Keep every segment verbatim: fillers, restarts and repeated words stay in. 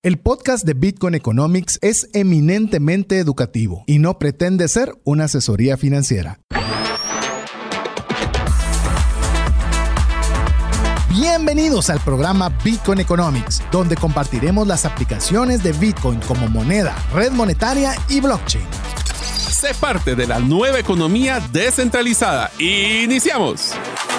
El podcast de Bitcoin Economics es eminentemente educativo y no pretende ser una asesoría financiera. Bienvenidos al programa Bitcoin Economics, donde compartiremos las aplicaciones de Bitcoin como moneda, red monetaria y blockchain. Sé parte de la nueva economía descentralizada. ¡Iniciamos!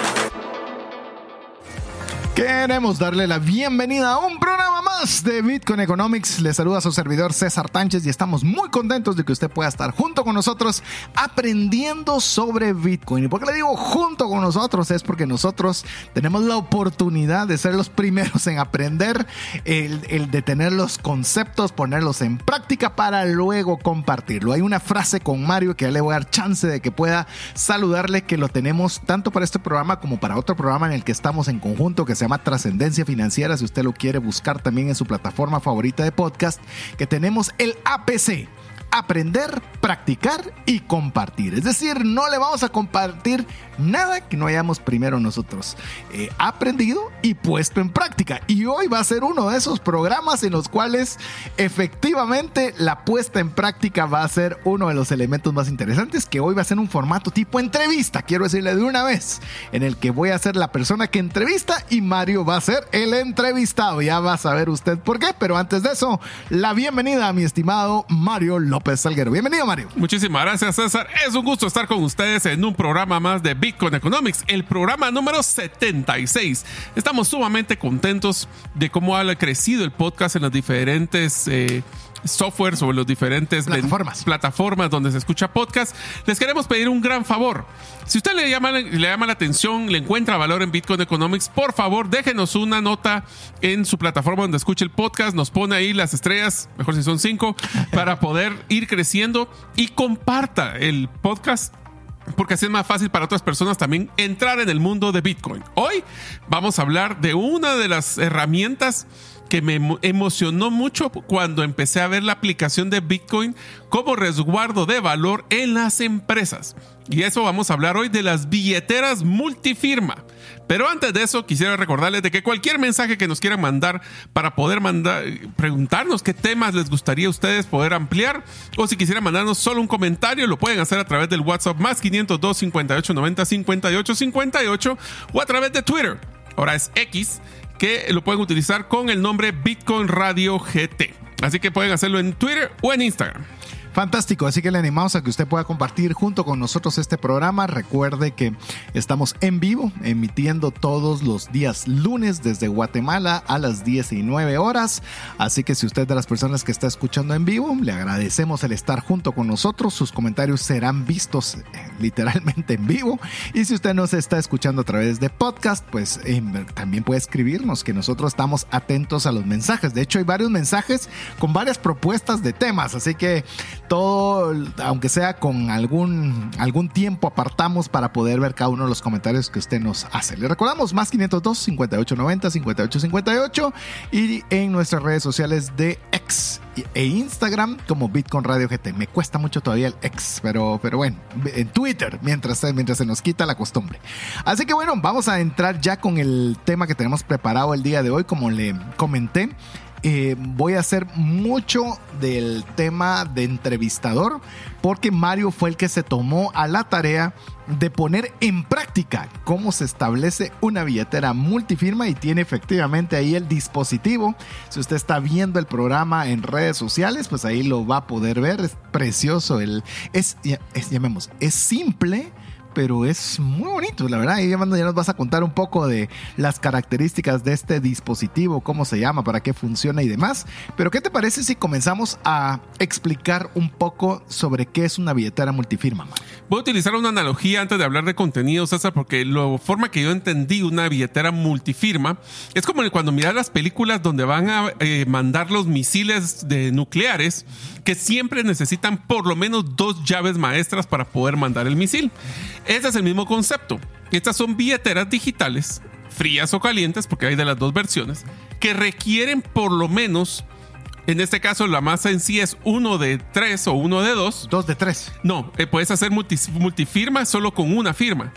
Queremos darle la bienvenida a un programa más de Bitcoin Economics. Les saluda su servidor César Tánchez y estamos muy contentos de que usted pueda estar junto con nosotros aprendiendo sobre Bitcoin. ¿Y por qué le digo junto con nosotros? Es porque nosotros tenemos la oportunidad de ser los primeros en aprender, el, el de tener los conceptos, ponerlos en práctica para luego compartirlo. Hay una frase con Mario que ya le voy a dar chance de que pueda saludarle, que lo tenemos tanto para este programa como para otro programa en el que estamos en conjunto, que se llama Trascendencia Financiera, si usted lo quiere buscar también en su plataforma favorita de podcast, que tenemos el A P C: aprender, practicar y compartir. Es decir, no le vamos a compartir nada que no hayamos primero nosotros eh, aprendido y puesto en práctica. Y hoy va a ser uno de esos programas en los cuales efectivamente la puesta en práctica va a ser uno de los elementos más interesantes, que hoy va a ser un formato tipo entrevista, quiero decirle de una vez, en el que voy a ser la persona que entrevista y Mario va a ser el entrevistado. Ya va a saber usted por qué, pero antes de eso, la bienvenida a mi estimado Mario López Salguero. Bienvenido, Mario. Muchísimas gracias, César. Es un gusto estar con ustedes en un programa más de Bitcoin Economics, el programa número setenta y seis. Estamos sumamente contentos de cómo ha crecido el podcast en las diferentes eh, softwares o en las diferentes plataformas. plataformas donde se escucha podcast. Les queremos pedir un gran favor. Si usted le llama, le llama la atención, le encuentra valor en Bitcoin Economics, por favor, déjenos una nota en su plataforma donde escuche el podcast. Nos pone ahí las estrellas, mejor si son cinco, para poder ir creciendo, y comparta el podcast, porque así es más fácil para otras personas también entrar en el mundo de Bitcoin. Hoy vamos a hablar de una de las herramientas que me emocionó mucho cuando empecé a ver la aplicación de Bitcoin como resguardo de valor en las empresas. Y eso vamos a hablar hoy, de las billeteras multifirma. Pero antes de eso, quisiera recordarles de que cualquier mensaje que nos quieran mandar para poder mandar, preguntarnos qué temas les gustaría a ustedes poder ampliar, o si quisieran mandarnos solo un comentario, lo pueden hacer a través del WhatsApp más quinientos dos, cincuenta y ocho, noventa, cincuenta y ocho, cincuenta y ocho, o a través de Twitter, ahora es X, que lo pueden utilizar con el nombre Bitcoin Radio G T. Así que pueden hacerlo en Twitter o en Instagram. Fantástico, así que le animamos a que usted pueda compartir junto con nosotros este programa. Recuerde que estamos en vivo, emitiendo todos los días lunes desde Guatemala a las diecinueve horas. Así que si usted es de las personas que está escuchando en vivo, le agradecemos el estar junto con nosotros. Sus comentarios serán vistos eh, literalmente en vivo. Y si usted nos está escuchando a través de podcast, pues eh, también puede escribirnos, que nosotros estamos atentos a los mensajes. De hecho, hay varios mensajes con varias propuestas de temas, así que todo, aunque sea con algún, algún tiempo, apartamos para poder ver cada uno de los comentarios que usted nos hace. Le recordamos más quinientos dos, cincuenta y ocho, noventa, cincuenta y ocho, cincuenta y ocho, y en nuestras redes sociales de X e Instagram como Bitcoin Radio G T. Me cuesta mucho todavía el X, pero, pero bueno, en Twitter, mientras, mientras se nos quita la costumbre. Así que bueno, vamos a entrar ya con el tema que tenemos preparado el día de hoy. Como le comenté, Eh, voy a hacer mucho del tema de entrevistador, porque Mario fue el que se tomó a la tarea de poner en práctica cómo se establece una billetera multifirma, y tiene efectivamente ahí el dispositivo. Si usted está viendo el programa en redes sociales, pues ahí lo va a poder ver. Es precioso, el, es, es, llamemos, es simple, pero es muy bonito, la verdad. Y ya nos vas a contar un poco de las características de este dispositivo, cómo se llama, para qué funciona y demás. Pero ¿qué te parece si comenzamos a explicar un poco sobre qué es una billetera multifirma, man? Voy a utilizar una analogía antes de hablar de contenido, César, porque la forma que yo entendí una billetera multifirma es como cuando miras las películas donde van a eh, mandar los misiles de nucleares, que siempre necesitan por lo menos dos llaves maestras para poder mandar el misil. Ese es el mismo concepto. Estas son billeteras digitales, frías o calientes, porque hay de las dos versiones, que requieren por lo menos, en este caso la más en sí es uno de tres o uno de dos. Dos de tres. No, eh, puedes hacer multi, multifirma solo con una firma.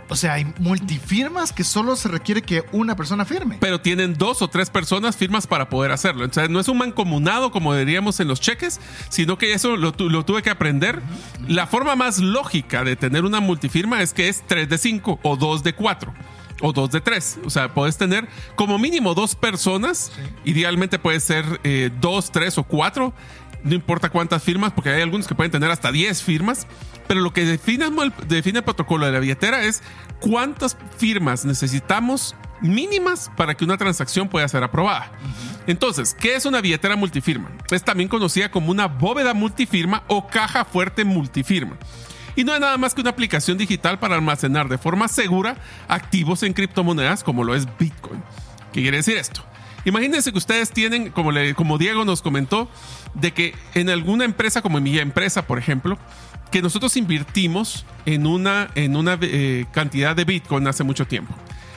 O sea, hay multifirmas que solo se requiere que una persona firme. Pero tienen dos o tres personas firmas para poder hacerlo. Entonces, no es un mancomunado como diríamos en los cheques, sino que eso lo, lo tuve que aprender. Uh-huh. La forma más lógica de tener una multifirma es que es tres de cinco o dos de cuatro. O dos de tres. O sea, puedes tener como mínimo dos personas. Sí. Idealmente puede ser eh, dos, tres o cuatro. No importa cuántas firmas, porque hay algunos que pueden tener hasta diez firmas. Pero lo que define el, define el protocolo de la billetera es cuántas firmas necesitamos mínimas para que una transacción pueda ser aprobada. Uh-huh. Entonces, ¿qué es una billetera multifirma? Es también conocida como una bóveda multifirma o caja fuerte multifirma. Y no es nada más que una aplicación digital para almacenar de forma segura activos en criptomonedas como lo es Bitcoin. ¿Qué quiere decir esto? Imagínense que ustedes tienen, como, le, como Diego nos comentó, de que en alguna empresa, como en mi empresa, por ejemplo, que nosotros invertimos en una, en una eh, cantidad de Bitcoin hace mucho tiempo.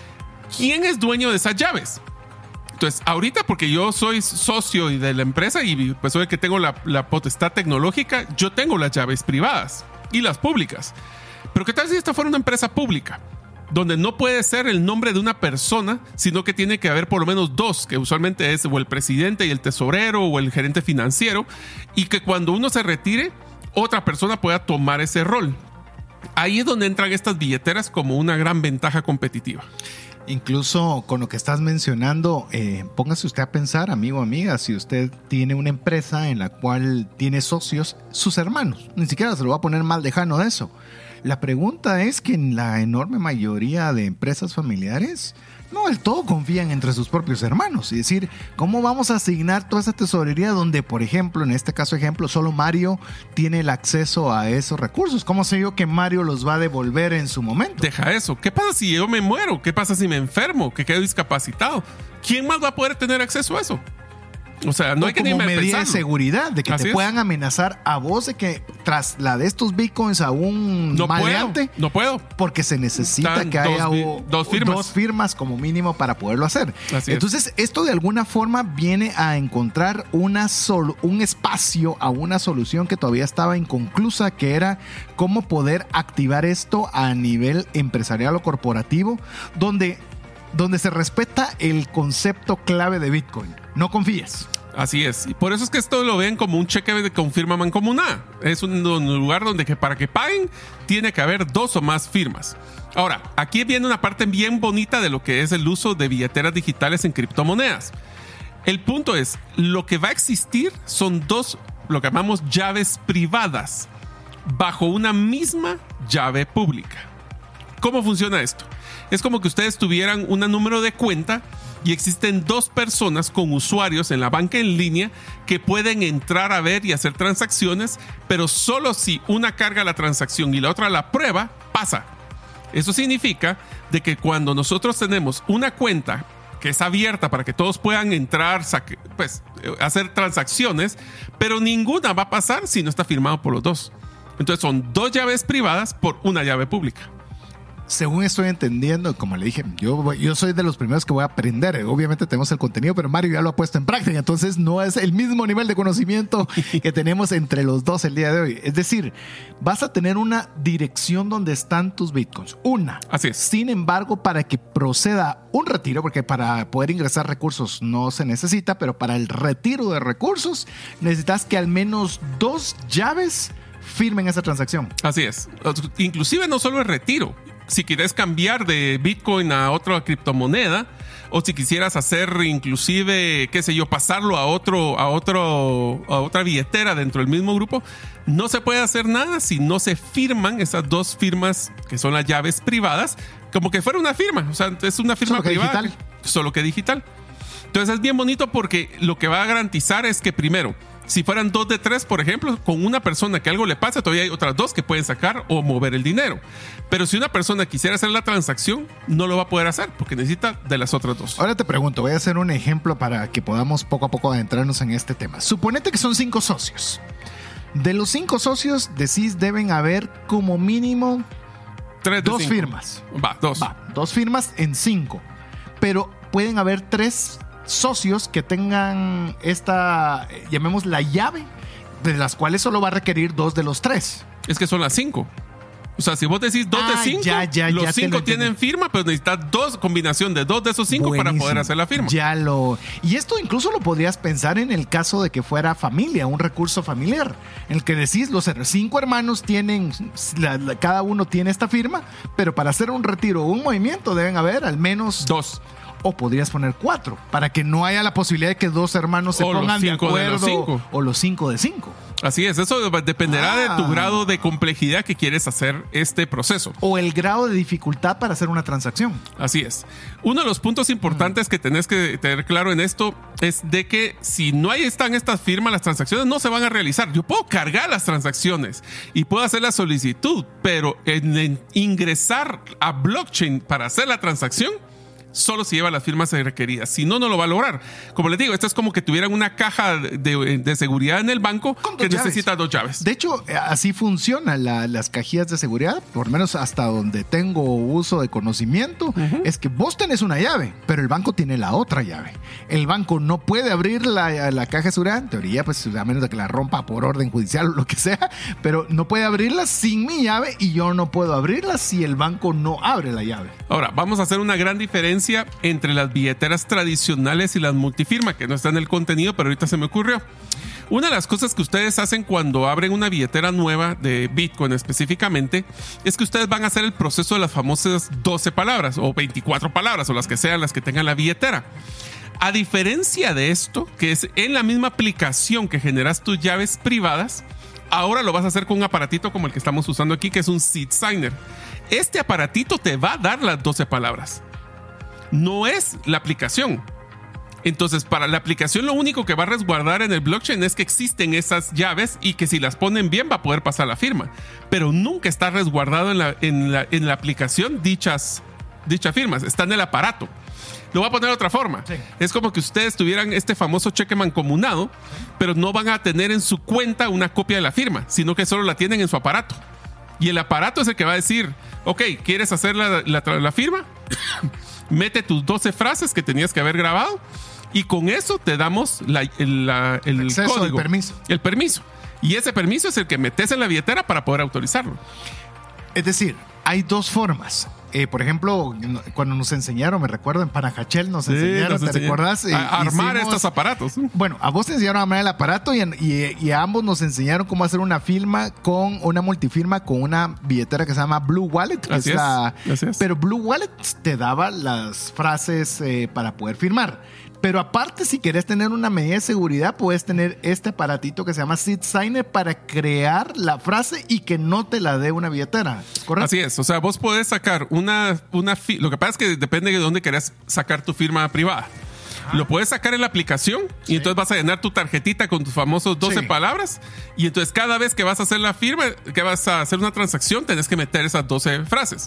¿Quién es dueño de esas llaves? Entonces, ahorita, porque yo soy socio de la empresa y pues soy el que tengo la, la potestad tecnológica, yo tengo las llaves privadas y las públicas. Pero ¿qué tal si esta fuera una empresa pública? Donde no puede ser el nombre de una persona, sino que tiene que haber por lo menos dos, que usualmente es o el presidente y el tesorero o el gerente financiero, y que cuando uno se retire, otra persona pueda tomar ese rol. Ahí es donde entran estas billeteras como una gran ventaja competitiva. Incluso con lo que estás mencionando, eh, póngase usted a pensar, amigo o amiga, si usted tiene una empresa en la cual tiene socios, sus hermanos, ni siquiera se lo va a poner mal lejano de eso. La pregunta es que en la enorme mayoría de empresas familiares no del todo confían entre sus propios hermanos. Es decir, ¿cómo vamos a asignar toda esa tesorería donde, por ejemplo, en este caso ejemplo, solo Mario tiene el acceso a esos recursos? ¿Cómo sé yo que Mario los va a devolver en su momento? Deja eso. ¿Qué pasa si yo me muero? ¿Qué pasa si me enfermo? ¿Que quedo discapacitado? ¿Quién más va a poder tener acceso a eso? O sea, no o hay que como ni medida pensarlo. de seguridad, de que Así te es. puedan amenazar a vos de que traslade estos bitcoins a un no maleante. Puedo, no puedo. Porque se necesita Están que haya dos, o, dos, firmas. dos firmas como mínimo para poderlo hacer. Así Entonces, es. esto de alguna forma viene a encontrar una sol- un espacio a una solución que todavía estaba inconclusa, que era cómo poder activar esto a nivel empresarial o corporativo, donde, donde se respeta el concepto clave de Bitcoin. No confíes. Así es. Y por eso es que esto lo ven como un cheque de confirma mancomunada. Es un, un lugar donde que para que paguen tiene que haber dos o más firmas. Ahora, aquí viene una parte bien bonita de lo que es el uso de billeteras digitales en criptomonedas. El punto es, lo que va a existir son dos, lo que llamamos llaves privadas, bajo una misma llave pública. ¿Cómo funciona esto? Es como que ustedes tuvieran un número de cuenta y existen dos personas con usuarios en la banca en línea que pueden entrar a ver y hacer transacciones, pero solo si una carga la transacción y la otra la prueba, pasa. Eso significa de que cuando nosotros tenemos una cuenta que es abierta para que todos puedan entrar, saque, pues, hacer transacciones, pero ninguna va a pasar si no está firmado por los dos. Entonces son dos llaves privadas por una llave pública. Según estoy entendiendo, como le dije, yo, yo soy de los primeros que voy a aprender. Obviamente tenemos el contenido, pero Mario ya lo ha puesto en práctica. Entonces no es el mismo nivel de conocimiento que tenemos entre los dos el día de hoy. Es decir, vas a tener una dirección donde están tus bitcoins. Una. Así es. Sin embargo, para que proceda un retiro, porque para poder ingresar recursos no se necesita, pero para el retiro de recursos necesitas que al menos dos llaves firmen esa transacción. Así es. Inclusive no solo el retiro. Si quieres cambiar de Bitcoin a otra criptomoneda, o si quisieras hacer inclusive, qué sé yo, pasarlo a otro, a otro, a otra billetera dentro del mismo grupo, no se puede hacer nada si no se firman esas dos firmas que son las llaves privadas, como que fuera una firma. O sea, es una firma solo que privada, digital. Solo que digital. Entonces es bien bonito porque lo que va a garantizar es que primero, si fueran dos de tres, por ejemplo, con una persona que algo le pasa, todavía hay otras dos que pueden sacar o mover el dinero. Pero si una persona quisiera hacer la transacción, no lo va a poder hacer porque necesita de las otras dos. Ahora te pregunto, voy a hacer un ejemplo para que podamos poco a poco adentrarnos en este tema. Suponete que son cinco socios. De los cinco socios, decís deben haber como mínimo Tres de dos cinco. firmas. Va, dos. Va, dos firmas en cinco. Pero pueden haber tres socios que tengan esta, llamemos la llave, de las cuales solo va a requerir dos de los tres. Es que son las cinco. O sea, si vos decís dos Ah, de cinco, ya, ya, los ya te cinco lo tienen entendí. firma, pero necesitas dos, combinación de dos de esos cinco para Buenísimo. poder hacer la firma. Ya lo. Y esto incluso lo podrías pensar en el caso de que fuera familia, un recurso familiar, en el que decís los cinco hermanos tienen, la- la- cada uno tiene esta firma, pero para hacer un retiro o un movimiento deben haber al menos Dos. O podrías poner cuatro, para que no haya la posibilidad de que dos hermanos se O los pongan de cinco de los acuerdo. cinco. O los cinco de cinco. Así es, eso dependerá Ah. de tu grado de complejidad que quieres hacer este proceso. O el grado de dificultad para hacer una transacción. Así es. Uno de los puntos importantes que tenés que tener claro en esto es de que si no ahí están estas firmas, las transacciones no se van a realizar. Yo puedo cargar las transacciones y puedo hacer la solicitud, pero en, en ingresar a blockchain para hacer la transacción, solo si lleva las firmas requeridas. Si no, no lo va a lograr. Como les digo, esto es como que tuvieran una caja de, de seguridad en el banco Con dos que llaves. necesita dos llaves. De hecho, eh, así funcionan la- las cajillas de seguridad, por lo menos hasta donde tengo uso de conocimiento, es que vos tenés una llave, pero el banco tiene la otra llave. El banco no puede abrir la, la caja de seguridad, en teoría, pues a menos de que la rompa por orden judicial o lo que sea, pero no puede abrirla sin mi llave y yo no puedo abrirla si el banco no abre la llave. Ahora, vamos a hacer una gran diferencia entre las billeteras tradicionales y las multifirma, que no está en el contenido, pero ahorita se me ocurrió. Una de las cosas que ustedes hacen cuando abren una billetera nueva de Bitcoin específicamente es que ustedes van a hacer el proceso de las famosas doce palabras o veinticuatro palabras o las que sean las que tengan la billetera. A diferencia de esto, que es en la misma aplicación que generas tus llaves privadas, ahora lo vas a hacer con un aparatito como el que estamos usando aquí, que es un seed signer. Este aparatito te va a dar las doce palabras. No es la aplicación. Entonces, para la aplicación lo único que va a resguardar en el blockchain es que existen esas llaves y que si las ponen bien va a poder pasar la firma. Pero nunca está resguardado en la, en la, en la aplicación dichas, dichas firmas. Está en el aparato. Lo voy a poner de otra forma. Sí. Es como que ustedes tuvieran este famoso cheque mancomunado, pero no van a tener en su cuenta una copia de la firma, sino que solo la tienen en su aparato. Y el aparato es el que va a decir, ok, ¿quieres hacer la, la, la firma? Mete tus doce frases que tenías que haber grabado y con eso te damos la, el, la, el Acceso, código. el permiso. El permiso. Y ese permiso es el que metes en la billetera para poder autorizarlo. Es decir, hay dos formas. Eh, por ejemplo, cuando nos enseñaron, me recuerdo, en Panajachel nos enseñaron, nos ¿te enseñaron recordás? Eh, a armar hicimos- estos aparatos. Bueno, a vos te enseñaron a armar el aparato y, y- y a ambos nos enseñaron cómo hacer una firma con una multifirma con una billetera que se llama Blue Wallet. Que Así es es, la, así es. Pero Blue Wallet te daba las frases eh, para poder firmar. Pero aparte, si querés tener una medida de seguridad, puedes tener este aparatito que se llama Seed Signer para crear la frase y que no te la dé una billetera. ¿Correcto? Así es, o sea, vos podés sacar una, una fi- lo que pasa es que depende de dónde querés sacar tu firma privada. Lo puedes sacar en la aplicación y entonces vas a llenar tu tarjetita con tus famosos doce Sí. palabras y entonces cada vez que vas a hacer la firma, que vas a hacer una transacción, tenés que meter esas doce frases.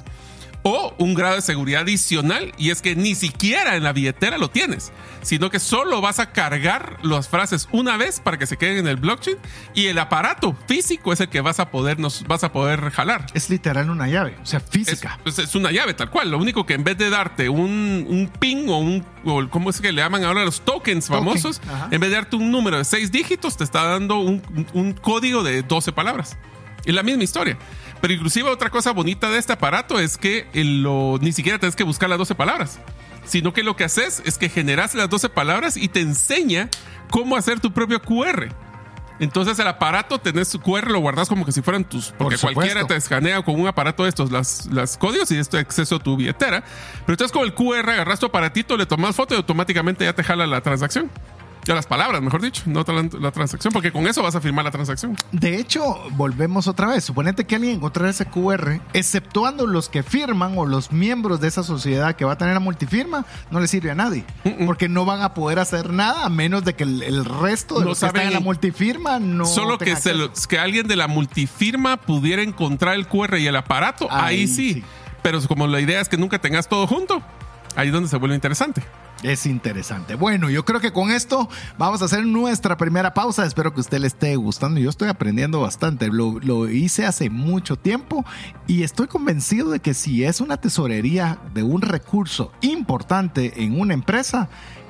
O un grado de seguridad adicional y es que ni siquiera en la billetera lo tienes, sino que solo vas a cargar las frases una vez para que se queden en el blockchain y el aparato físico es el que vas a poder, nos, vas a poder jalar. Es literal una llave, o sea, Es, física. pues, es una llave tal cual. Lo único que en vez de darte un, un pin o un, o ¿cómo es que le llaman ahora los tokens Token, famosos? ajá. En vez de darte un número de seis dígitos, te está dando un, un código de doce palabras. Es la misma historia. Pero inclusive otra cosa bonita de este aparato es que el- lo, ni siquiera tienes que buscar las doce palabras, sino que lo que haces es que generas las doce palabras y te enseña cómo hacer tu propio Q R. Entonces el aparato tenés su Q R, lo guardas como que si fueran tus, porque supuesto. cualquiera te escanea con un aparato de estos las, las códigos y esto acceso a tu billetera. Pero entonces con el Q R agarras tu aparatito, le tomas foto y automáticamente ya te jala la transacción. Ya las palabras, mejor dicho, no la, la transacción, porque con eso vas a firmar la transacción. De hecho, volvemos otra vez. Suponete que alguien encontrara ese Q R, exceptuando los que firman o los miembros de esa sociedad que va a tener la multifirma, no le sirve a nadie. Mm-mm. Porque no van a poder hacer nada a menos de que el, el resto de No los que están saben en la en- multifirma no. Solo que, tengan se acceso. lo- que alguien de la multifirma pudiera encontrar el Q R y el aparato, ahí, Ahí sí. sí. Pero como la idea es que nunca tengas todo junto, ahí es donde se vuelve interesante. Es interesante. Bueno, yo creo que con esto vamos a hacer nuestra primera pausa. Espero que a usted le esté gustando. Yo estoy aprendiendo bastante. Lo, lo hice hace mucho tiempo y estoy convencido de que si es una tesorería de un recurso importante en una empresa,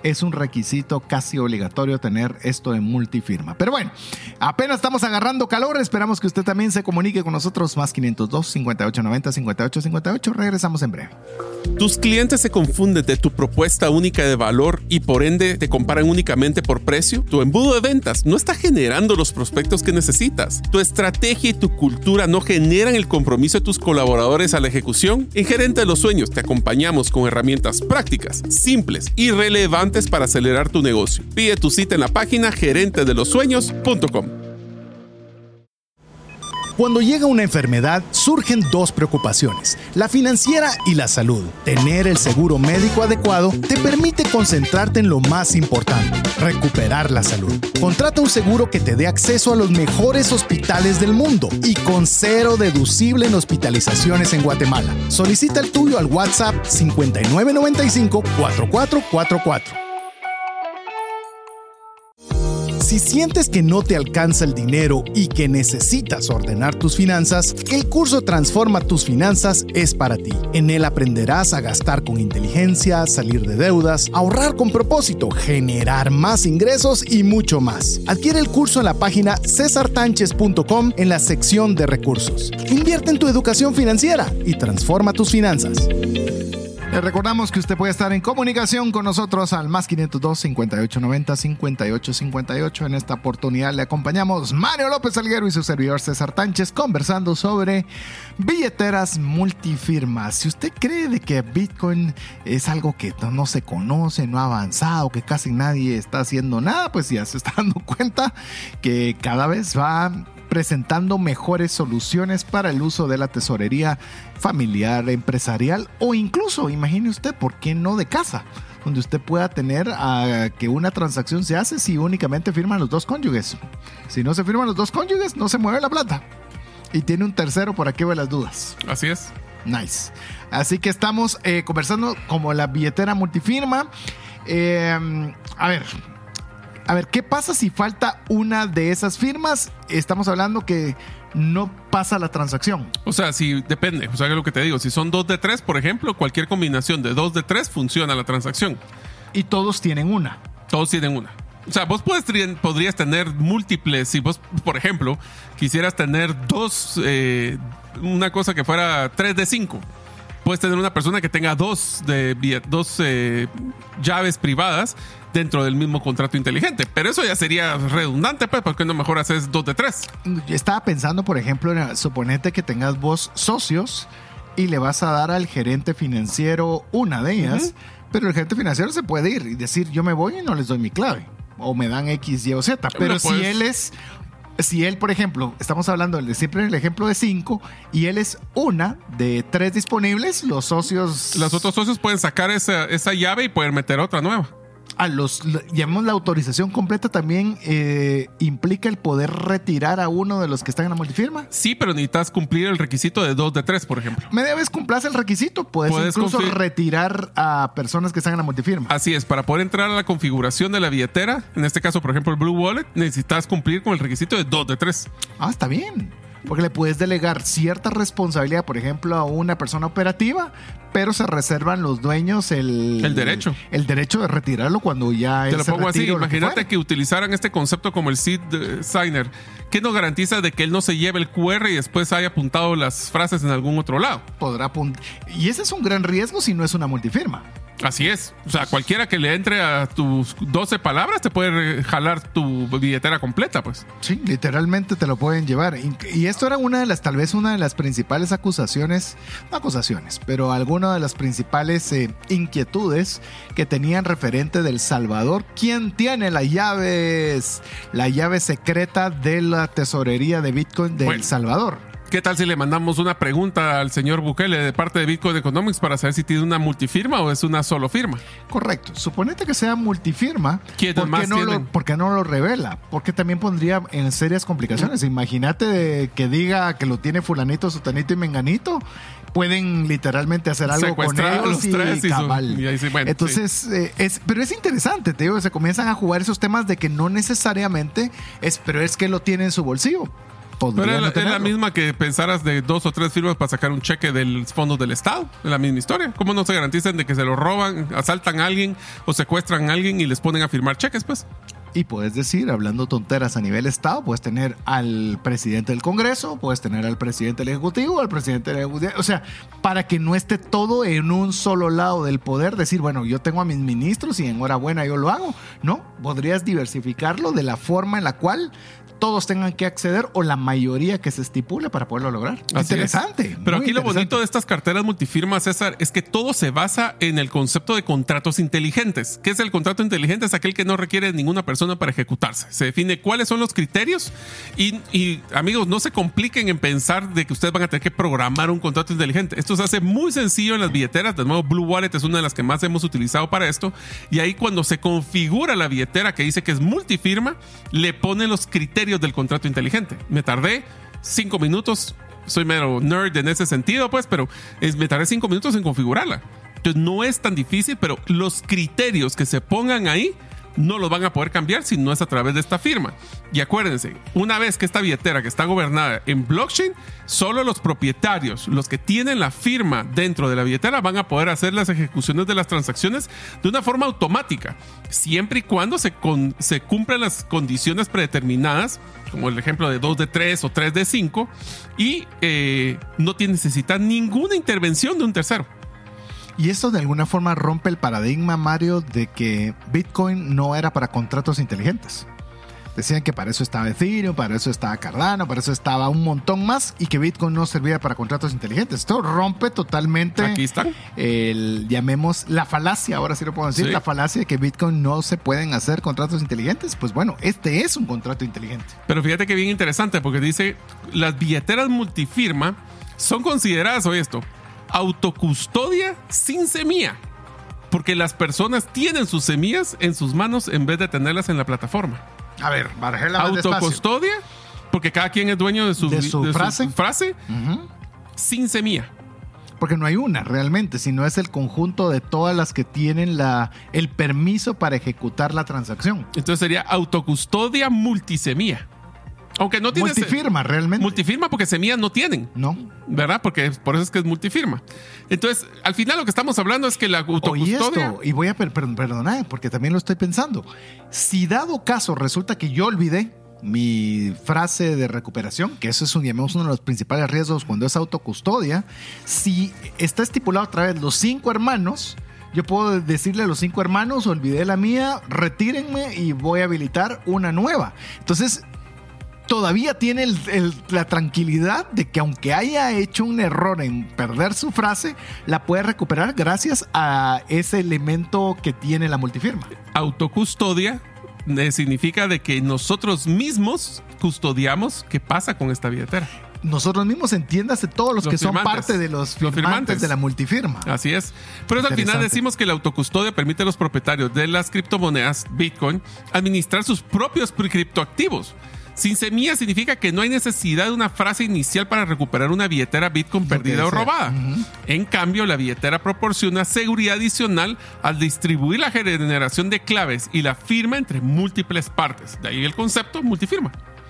es un requisito casi obligatorio tener esto en multifirma. Pero bueno, apenas estamos agarrando calor. Esperamos que usted también se comunique con nosotros. Más quinientos dos, cincuenta y ocho noventa, cincuenta y ocho cincuenta y ocho. Regresamos en breve. Tus clientes se confunden de tu propuesta única de valor y por ende te comparan únicamente por precio. Tu embudo de ventas no está generando los prospectos que necesitas. Tu estrategia y tu cultura no generan el compromiso de tus colaboradores a la ejecución. En Gerente de los Sueños te acompañamos con herramientas prácticas, simples y relevantes para acelerar tu negocio. Pide tu cita en la página gerente de los sueños punto com. Cuando llega una enfermedad, surgen dos preocupaciones, la financiera y la salud. Tener el seguro médico adecuado te permite concentrarte en lo más importante, recuperar la salud. Contrata un seguro que te dé acceso a los mejores hospitales del mundo y con cero deducible en hospitalizaciones en Guatemala. Solicita el tuyo al WhatsApp cincuenta y nueve noventa y cinco, cuarenta y cuatro cuarenta y cuatro. Si sientes que no te alcanza el dinero y que necesitas ordenar tus finanzas, el curso Transforma tus finanzas es para ti. En él aprenderás a gastar con inteligencia, salir de deudas, ahorrar con propósito, generar más ingresos y mucho más. Adquiere el curso en la página cesar tánchez punto com en la sección de recursos. Invierte en tu educación financiera y transforma tus finanzas. Le recordamos que usted puede estar en comunicación con nosotros al más quinientos dos, cincuenta y ocho noventa, cincuenta y ocho cincuenta y ocho. En esta oportunidad le acompañamos Mario López Alguero y su servidor César Tánchez conversando sobre billeteras multifirmas. Si usted cree de que Bitcoin es algo que no, no se conoce, no ha avanzado, que casi nadie está haciendo nada, pues ya se está dando cuenta que cada vez va presentando mejores soluciones para el uso de la tesorería familiar, empresarial o incluso, imagine usted, ¿por qué no de casa? Donde usted pueda tener a que una transacción se hace si únicamente firman los dos cónyuges. Si no se firman los dos cónyuges, no se mueve la plata. Y tiene un tercero por aquí de las dudas. Así es. Nice. Así que estamos eh, conversando como la billetera multifirma. Eh, a ver... A ver, ¿qué pasa si falta una de esas firmas? Estamos hablando que no pasa la transacción. O sea, si depende, o sea, es lo que te digo. Si son dos de tres, por ejemplo, cualquier combinación de dos de tres funciona la transacción. Y todos tienen una. Todos tienen una. O sea, vos puedes, podrías tener múltiples. Si vos, por ejemplo, quisieras tener dos, eh, una cosa que fuera tres de cinco. Puedes tener una persona que tenga dos, de, dos eh, llaves privadas dentro del mismo contrato inteligente. Pero eso ya sería redundante, pues, porque no mejor haces dos de tres. Yo estaba pensando, por ejemplo, en, suponete que tengas vos socios y le vas a dar al gerente financiero una de ellas, uh-huh. Pero el gerente financiero se puede ir y decir, yo me voy y no les doy mi clave. O me dan X, Y o Z. Pero no, si pues, él es... Si él, por ejemplo, estamos hablando de siempre en el ejemplo de cinco y él es una de tres disponibles, los socios... Los otros socios pueden sacar esa, esa llave y poder meter otra nueva. A los, llamamos la autorización completa también eh, implica el poder retirar a uno de los que están en la multifirma. Sí, pero necesitas cumplir el requisito de dos de tres, por ejemplo. Media vez cumplas el requisito, puedes, puedes incluso config- retirar a personas que están en la multifirma. Así es, para poder entrar a la configuración de la billetera, en este caso, por ejemplo, el Blue Wallet, necesitas cumplir con el requisito de dos de tres. Ah, está bien. Porque le puedes delegar cierta responsabilidad, por ejemplo, a una persona operativa, pero se reservan los dueños el, el derecho. El, el derecho de retirarlo cuando ya Te lo pongo así, imagínate que, que utilizaran este concepto como el seed signer. ¿Qué nos garantiza de que él no se lleve el Q R y después haya apuntado las frases en algún otro lado? Podrá apuntar. Y ese es un gran riesgo si no es una multifirma. Así es. O sea, cualquiera que le entre a tus doce palabras te puede jalar tu billetera completa, pues. Sí, literalmente te lo pueden llevar. Y esto era una de las, tal vez una de las principales acusaciones, no acusaciones, pero alguna de las principales eh, inquietudes que tenían referente del Salvador. ¿Quién tiene las llaves, la llave secreta de la tesorería de Bitcoin del bueno. Salvador? ¿Qué tal si le mandamos una pregunta al señor Bukele de parte de Bitcoin Economics para saber si tiene una multifirma o es una solo firma? Correcto. Suponete que sea multifirma. ¿Quiénes más no tienen? Lo, ¿Por qué no lo revela? Porque también pondría en serias complicaciones. Mm. Imagínate que diga que lo tiene fulanito, sutanito y menganito. Pueden literalmente hacer algo con ellos los y tres y cabal. Su, y ahí sí, bueno, Entonces, sí. eh, es, pero es interesante, te digo, se comienzan a jugar esos temas de que no necesariamente es, pero es que lo tiene en su bolsillo. podría Pero es no la, es la tenerlo. misma que pensaras de dos o tres firmas para sacar un cheque del fondo del Estado. Es la misma historia. ¿Cómo no se garantizan de que se lo roban, asaltan a alguien o secuestran a alguien y les ponen a firmar cheques, pues? Y puedes decir, hablando tonteras a nivel Estado, puedes tener al presidente del Congreso, puedes tener al presidente del Ejecutivo, al presidente del Ejecutivo. O sea, para que no esté todo en un solo lado del poder, decir, bueno, yo tengo a mis ministros y enhorabuena, yo lo hago. No, podrías diversificarlo de la forma en la cual todos tengan que acceder o la mayoría que se estipule para poderlo lograr. Así Interesante. es. Pero muy aquí lo interesante. bonito de estas carteras multifirmas, César, es que todo se basa en el concepto de contratos inteligentes. ¿Qué es el contrato inteligente? Es aquel que no requiere de ninguna persona para ejecutarse. Se define cuáles son los criterios y, y, amigos, no se compliquen en pensar de que ustedes van a tener que programar un contrato inteligente. Esto se hace muy sencillo en las billeteras. De nuevo, Blue Wallet es una de las que más hemos utilizado para esto. Y ahí cuando se configura la billetera que dice que es multifirma, le ponen los criterios del contrato inteligente. Me tardé cinco minutos, soy mero nerd en ese sentido, pues, pero es, me tardé cinco minutos en configurarla. Entonces no es tan difícil, pero los criterios que se pongan ahí no los van a poder cambiar si no es a través de esta firma. Y acuérdense, una vez que esta billetera que está gobernada en blockchain, solo los propietarios, los que tienen la firma dentro de la billetera, van a poder hacer las ejecuciones de las transacciones de una forma automática, siempre y cuando se, con, se cumplan las condiciones predeterminadas, como el ejemplo de dos de tres o tres de cinco, y eh, no tiene, necesita ninguna intervención de un tercero. Y esto de alguna forma rompe el paradigma, Mario, de que Bitcoin no era para contratos inteligentes. Decían que para eso estaba Ethereum, para eso estaba Cardano, para eso estaba un montón más y que Bitcoin no servía para contratos inteligentes. Esto rompe totalmente Aquí están. el, llamemos, la falacia, ahora sí lo puedo decir, Sí. la falacia de que Bitcoin no se pueden hacer contratos inteligentes. Pues bueno, este es un contrato inteligente. Pero fíjate que bien interesante porque dice, las billeteras multifirma son consideradas, oye esto, autocustodia sin semilla, porque las personas tienen sus semillas en sus manos en vez de tenerlas en la plataforma. A ver, barajela más despacio. Autocustodia, porque cada quien es dueño de su, De su de frase. frase Ujú. sin semilla. Porque no hay una realmente, sino es el conjunto de todas las que tienen la, el permiso para ejecutar la transacción. Entonces sería autocustodia multisemilla. Aunque no tiene Multifirma, realmente. multifirma porque semillas no tienen. No. ¿Verdad? Porque por eso es que es multifirma. Entonces, al final lo que estamos hablando es que la Oye autocustodia... esto, y voy a per per perdonar, porque también lo estoy pensando. Si dado caso resulta que yo olvidé mi frase de recuperación, que eso es un, llamemos, uno de los principales riesgos cuando es autocustodia, si está estipulado otra vez los cinco hermanos, yo puedo decirle a los cinco hermanos, olvidé la mía, retírenme y voy a habilitar una nueva. Entonces, todavía tiene el, el, la tranquilidad de que aunque haya hecho un error en perder su frase, la puede recuperar gracias a ese elemento que tiene la multifirma. Autocustodia eh, significa de que nosotros mismos custodiamos qué pasa con esta billetera. Nosotros mismos, entiéndase, todos los, Los que son firmantes. parte de los Los firmantes, firmantes. de la multifirma. Así es. Por eso al final Interesante. decimos que la autocustodia permite a los propietarios de las criptomonedas Bitcoin administrar sus propios criptoactivos. Sin semilla significa que no hay necesidad de una frase inicial para recuperar una billetera Bitcoin Lo perdida que o sea. robada. Ujú. En cambio, la billetera proporciona seguridad adicional al distribuir la generación de claves y la firma entre múltiples partes. De ahí el concepto multifirma.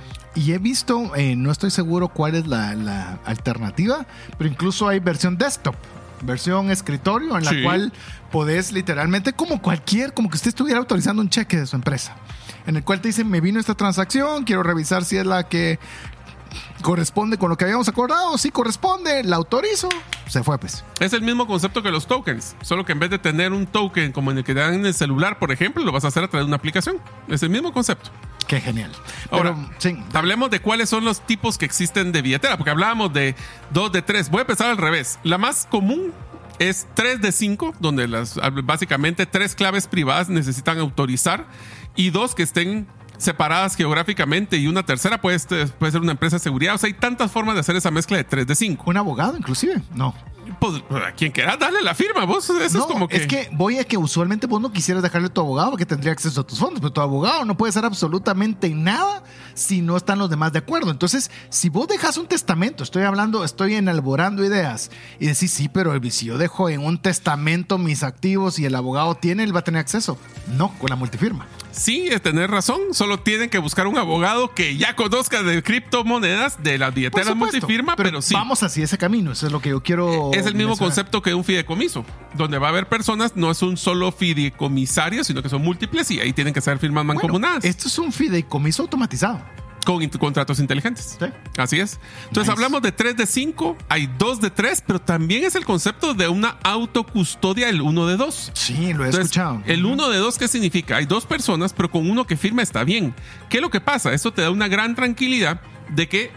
Y he visto, eh, no estoy seguro cuál es la, la alternativa, pero incluso hay versión desktop, versión escritorio, en la Sí. cual podés literalmente, como cualquier, como que usted estuviera autorizando un cheque de su empresa, en el cual te dicen, me vino esta transacción, quiero revisar si es la que corresponde con lo que habíamos acordado. Si corresponde, la autorizo. Se fue, pues. Es el mismo concepto que los tokens, solo que en vez de tener un token como en el que dan en el celular, por ejemplo, lo vas a hacer a través de una aplicación. Es el mismo concepto. Qué genial. Ahora, Pero, sí, hablemos de cuáles son los tipos que existen de billetera, porque hablábamos de dos de tres. Voy a empezar al revés. La más común es tres de cinco, donde las, básicamente tres claves privadas necesitan autorizar y dos que estén separadas geográficamente y una tercera puede, puede ser una empresa de seguridad. O sea, hay tantas formas de hacer esa mezcla de tres de cinco. un abogado, inclusive. No. Pues, a quien quiera, dale la firma, vos. Eso No, es como que... es que voy a que usualmente vos no quisieras dejarle a tu abogado porque tendría acceso a tus fondos, pero tu abogado no puede hacer absolutamente nada si no están los demás de acuerdo. Entonces, si vos dejas un testamento, estoy hablando, estoy enalborando ideas y decís, sí, pero si yo dejo en un testamento mis activos y el abogado tiene, él va a tener acceso. No, con la multifirma. Sí, tenés razón. Solo tienen que buscar un abogado que ya conozca de criptomonedas, de las billeteras multifirma, pero, pero sí. Vamos hacia ese camino, eso es lo que yo quiero. Es el mismo mencionar. concepto que un fideicomiso, donde va a haber personas, no es un solo fideicomisario, sino que son múltiples y ahí tienen que ser firmas mancomunadas. Bueno, esto es un fideicomiso automatizado. Con int- contratos inteligentes. Sí. Así es. Entonces Nice. hablamos de tres de cinco, hay dos de tres, pero también es el concepto de una autocustodia, el uno de dos. Sí, lo he Entonces, escuchado. El uno de dos, ¿qué significa? Hay dos personas, pero con uno que firma está bien. ¿Qué es lo que pasa? Esto te da una gran tranquilidad de que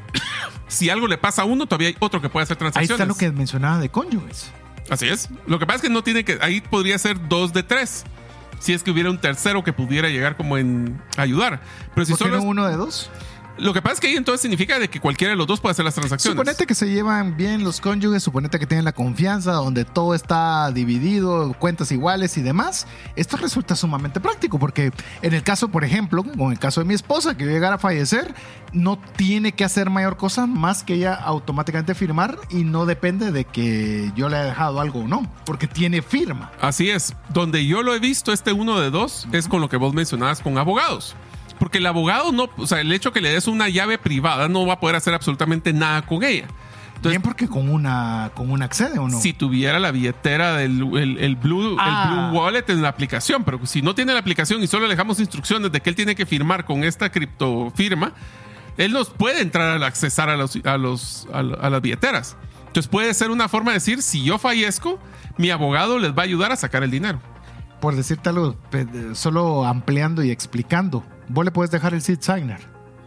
si algo le pasa a uno, todavía hay otro que puede hacer Ahí transacciones. está lo que mencionaba de cónyuges. Así es. Lo que pasa es que no tiene que. Ahí podría ser dos de tres. Si es que hubiera un tercero que pudiera llegar como en ayudar. Pero si ¿Por qué solo no es- uno de dos? Lo que pasa es que ahí entonces significa de que cualquiera de los dos puede hacer las transacciones. Suponete que se llevan bien los cónyuges, suponete que tienen la confianza, donde todo está dividido, cuentas iguales y demás. Esto resulta sumamente práctico porque en el caso, por ejemplo, con el caso de mi esposa, que llegara a fallecer, no tiene que hacer mayor cosa más que ella automáticamente firmar y no depende de que yo le haya dejado algo o no, porque tiene firma. Así es. Donde yo lo he visto, este uno de dos, es con lo que vos mencionabas con abogados. Porque el abogado no, o sea, el hecho que le des una llave privada no va a poder hacer absolutamente nada con ella. Entonces, Bien, porque con una, con una accede o no. si tuviera la billetera del el, el Blue, Ah. el Blue Wallet en la aplicación, pero si no tiene la aplicación y solo le dejamos instrucciones de que él tiene que firmar con esta criptofirma, él nos puede entrar al accesar a, los, a, los, a, a las billeteras. Entonces puede ser una forma de decir, si yo fallezco, mi abogado les va a ayudar a sacar el dinero. Por decirte algo, pe- solo ampliando y explicando, vos le puedes dejar el seed signer.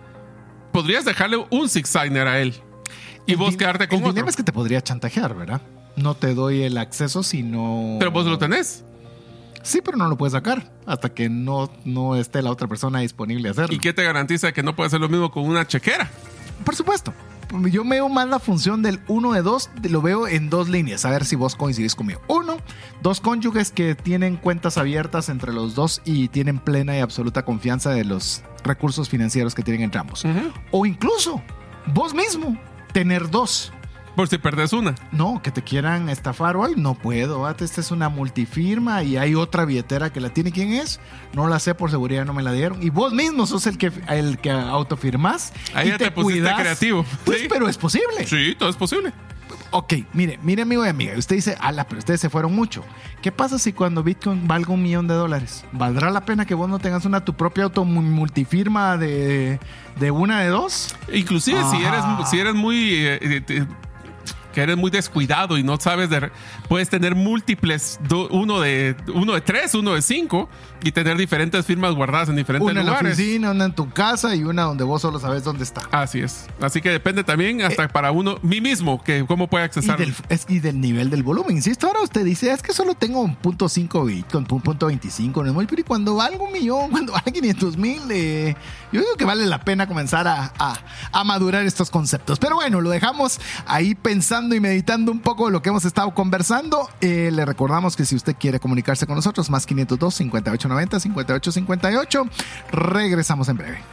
Podrías dejarle un six signer a él y El vos di- quedarte con El otro. dilema es que te podría chantajear, ¿verdad? No te doy el acceso si no... Pero vos lo tenés. Sí, pero no lo puedes sacar hasta que no, no esté la otra persona disponible a hacerlo. ¿Y qué te garantiza que no puede hacer lo mismo con una chequera? Por supuesto. Yo veo más la función del uno de dos, lo veo en dos líneas, a ver si vos coincidís conmigo. Uno, dos cónyuges que tienen cuentas abiertas entre los dos y tienen plena y absoluta confianza de los recursos financieros que tienen entre ambos. Uh-huh. O incluso, vos mismo, tener dos. Por si perdés una. No, que te quieran estafar o algo, no puedo. Esta es una multifirma y hay otra billetera que la tiene. ¿Quién es? No la sé, por seguridad no me la dieron. Y vos mismo sos el que, el que autofirmás. Ahí y ya te pusiste creativo. Pues, Sí. pero es posible. Sí, todo es posible. Ok, mire, mire amigo y amiga, usted dice, ala, pero ustedes se fueron mucho. ¿Qué pasa si cuando Bitcoin valga un millón de dólares? ¿Valdrá la pena que vos no tengas una tu propia auto multifirma de, de una de dos? Inclusive si Ah. eres, si eres muy... eh, eh, te- que eres muy descuidado y no sabes de... Puedes tener múltiples, do- uno, de, uno de tres, uno de cinco y tener diferentes firmas guardadas en diferentes Una en la lugares. oficina, una en tu casa y una donde vos solo sabes dónde está. Así es. Así que depende también hasta para uno, mí mismo, que cómo puede Y accesar. del, es, y del nivel del volumen. Insisto, ahora usted dice, es que solo tengo un punto cinco Bitcoin, un punto veinticinco, no es muy, pero y cuando valga un millón, cuando valga quinientos mil, eh, yo digo que vale la pena comenzar a, a, a madurar estos conceptos. Pero bueno, lo dejamos ahí pensando y meditando un poco de lo que hemos estado conversando. Eh, le recordamos que si usted quiere comunicarse con nosotros, más quinientos dos, cincuenta y ocho noventa, cincuenta y ocho cincuenta y ocho. Regresamos en breve.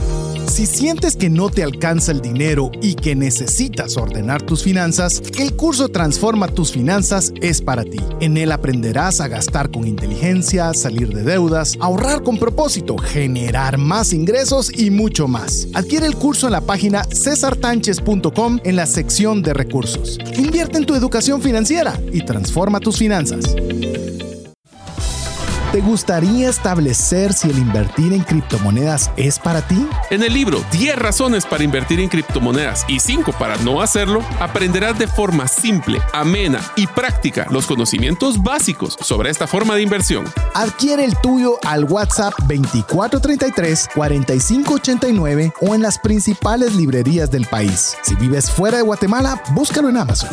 Si sientes que no te alcanza el dinero y que necesitas ordenar tus finanzas, el curso Transforma tus finanzas es para ti. En él aprenderás a gastar con inteligencia, salir de deudas, ahorrar con propósito, generar más ingresos y mucho más. Adquiere el curso en la página cesar tánchez punto com en la sección de recursos. Invierte en tu educación financiera y transforma tus finanzas. ¿Te gustaría establecer si el invertir en criptomonedas es para ti? En el libro diez razones para invertir en criptomonedas y cinco para no hacerlo, aprenderás de forma simple, amena y práctica los conocimientos básicos sobre esta forma de inversión. Adquiere el tuyo al WhatsApp veinticuatro treinta y tres, cuarenta y cinco ochenta y nueve o en las principales librerías del país. Si vives fuera de Guatemala, búscalo en Amazon.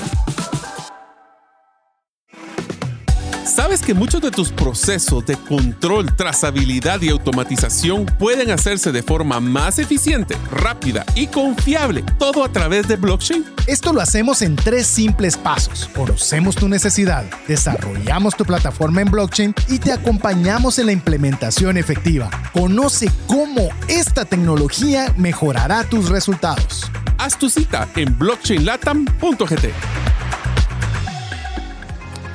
¿Sabes que muchos de tus procesos de control, trazabilidad y automatización pueden hacerse de forma más eficiente, rápida y confiable, todo a través de blockchain? Esto lo hacemos en tres simples pasos. Conocemos tu necesidad, desarrollamos tu plataforma en blockchain y te acompañamos en la implementación efectiva. Conoce cómo esta tecnología mejorará tus resultados. Haz tu cita en blockchain latam punto g t.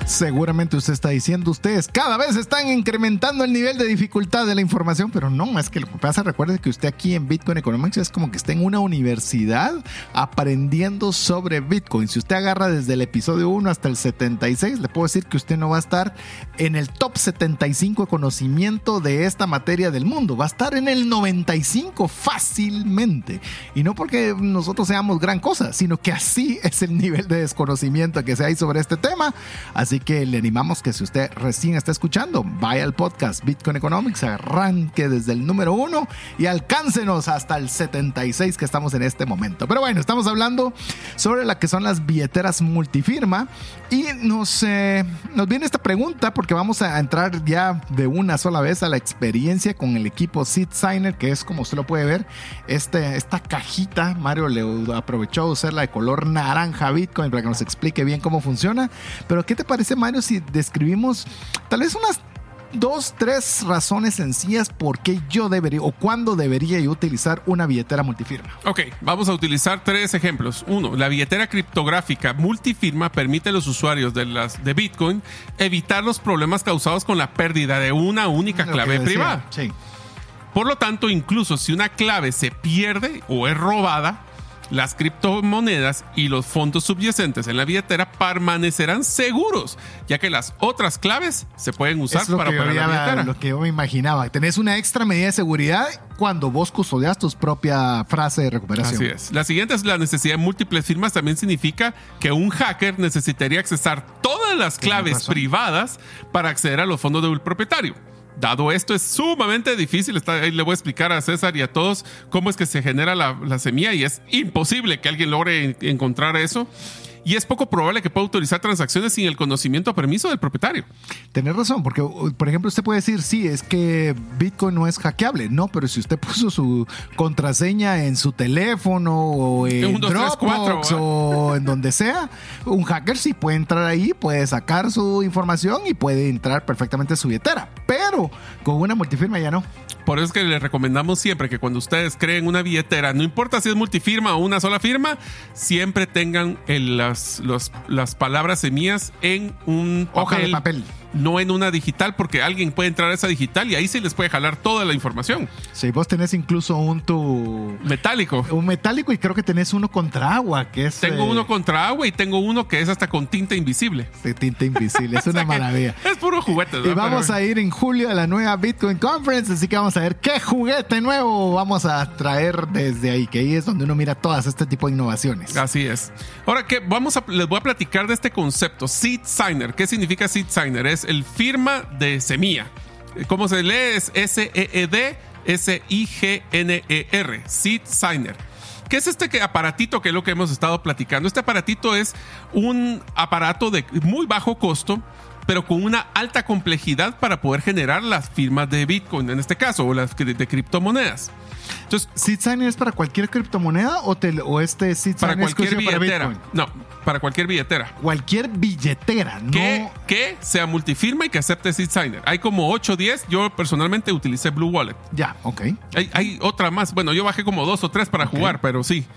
Seguramente usted está diciendo, ustedes cada vez están incrementando el nivel de dificultad de la información, pero no, es que lo que pasa, recuerde que usted aquí en Bitcoin Economics es como que está en una universidad aprendiendo sobre Bitcoin. Si usted agarra desde el episodio uno hasta el setenta y seis, le puedo decir que usted no va a estar en el top setenta y cinco de conocimiento de esta materia del mundo, va a estar en el noventa y cinco fácilmente. Y no porque nosotros seamos gran cosa, sino que así es el nivel de desconocimiento que se hay sobre este tema. Así que le animamos que si usted recién está escuchando, vaya al podcast Bitcoin Economics, arranque desde el número uno y alcáncenos hasta el setenta y seis que estamos en este momento. Pero bueno, estamos hablando sobre la que son las billeteras multifirma y nos, eh, nos viene esta pregunta porque vamos a entrar ya de una sola vez a la experiencia con el equipo Seed Signer, que es como usted lo puede ver, este, esta cajita. Mario le aprovechó de usarla de color naranja Bitcoin para que nos explique bien cómo funciona. Pero ¿qué te parece, Mario, si describimos tal vez unas dos, tres razones sencillas por qué yo debería o cuándo debería yo utilizar una billetera multifirma? Ok, vamos a utilizar tres ejemplos. Uno, la billetera criptográfica multifirma permite a los usuarios de, las, de Bitcoin evitar los problemas causados con la pérdida de una única clave privada. Sí. Por lo tanto, incluso si una clave se pierde o es robada, las criptomonedas y los fondos subyacentes en la billetera permanecerán seguros, ya que las otras claves se pueden usar es lo para que operar la billetera. Lo que yo me imaginaba. Tenés una extra medida de seguridad cuando vos custodias tu propia frase de recuperación. Así es. La siguiente es la necesidad de múltiples firmas. También significa que un hacker necesitaría accesar todas las claves privadas para acceder a los fondos del propietario. Dado esto, es sumamente difícil. Está, ahí le voy a explicar a César y a todos cómo es que se genera la, la semilla, y es imposible que alguien logre en, encontrar eso. Y es poco probable que pueda autorizar transacciones sin el conocimiento o permiso del propietario. Tenés razón, porque, por ejemplo, usted puede decir, sí, es que Bitcoin no es hackeable. No, pero si usted puso su contraseña en su teléfono o en Dropbox o en donde sea, un hacker sí puede entrar ahí, puede sacar su información y puede entrar perfectamente a su billetera. Pero con una multifirma ya no. Por eso es que les recomendamos siempre que cuando ustedes creen una billetera, no importa si es multifirma o una sola firma, siempre tengan el, las, los, las palabras semillas en un papel, hoja de papel. No en una digital, porque alguien puede entrar a esa digital y ahí se les puede jalar toda la información. Sí, vos tenés incluso un tu... metálico. Un metálico, y creo que tenés uno contra agua, que es... Tengo eh... uno contra agua y tengo uno que es hasta con tinta invisible. De tinta invisible, es una o sea maravilla. Es puro juguete. ¿No? Y vamos Pero... a ir en julio a la nueva Bitcoin Conference, así que vamos a ver qué juguete nuevo vamos a traer desde ahí, que ahí es donde uno mira todas este tipo de innovaciones. Así es. Ahora que vamos a, les voy a platicar de este concepto, Seed Signer. ¿Qué significa Seed Signer? Es el firma de semilla. ¿Cómo se lee? Es S E E D S I G N E R, Seed Signer. ¿Qué es este aparatito que es lo que hemos estado platicando? Este aparatito es un aparato de muy bajo costo, pero con una alta complejidad para poder generar las firmas de Bitcoin, en este caso, o las de, de criptomonedas. Entonces, ¿Seed Signer es para cualquier criptomoneda o, te, o este Seed Signer para cualquier billetera? Para no, para cualquier billetera. Cualquier billetera, no. Que, que sea multifirma y que acepte Seed Signer. Hay como ocho o diez. Yo personalmente utilicé Blue Wallet. Ya, ok. Hay, hay otra más. Bueno, yo bajé como dos o tres para okay. jugar, pero sí.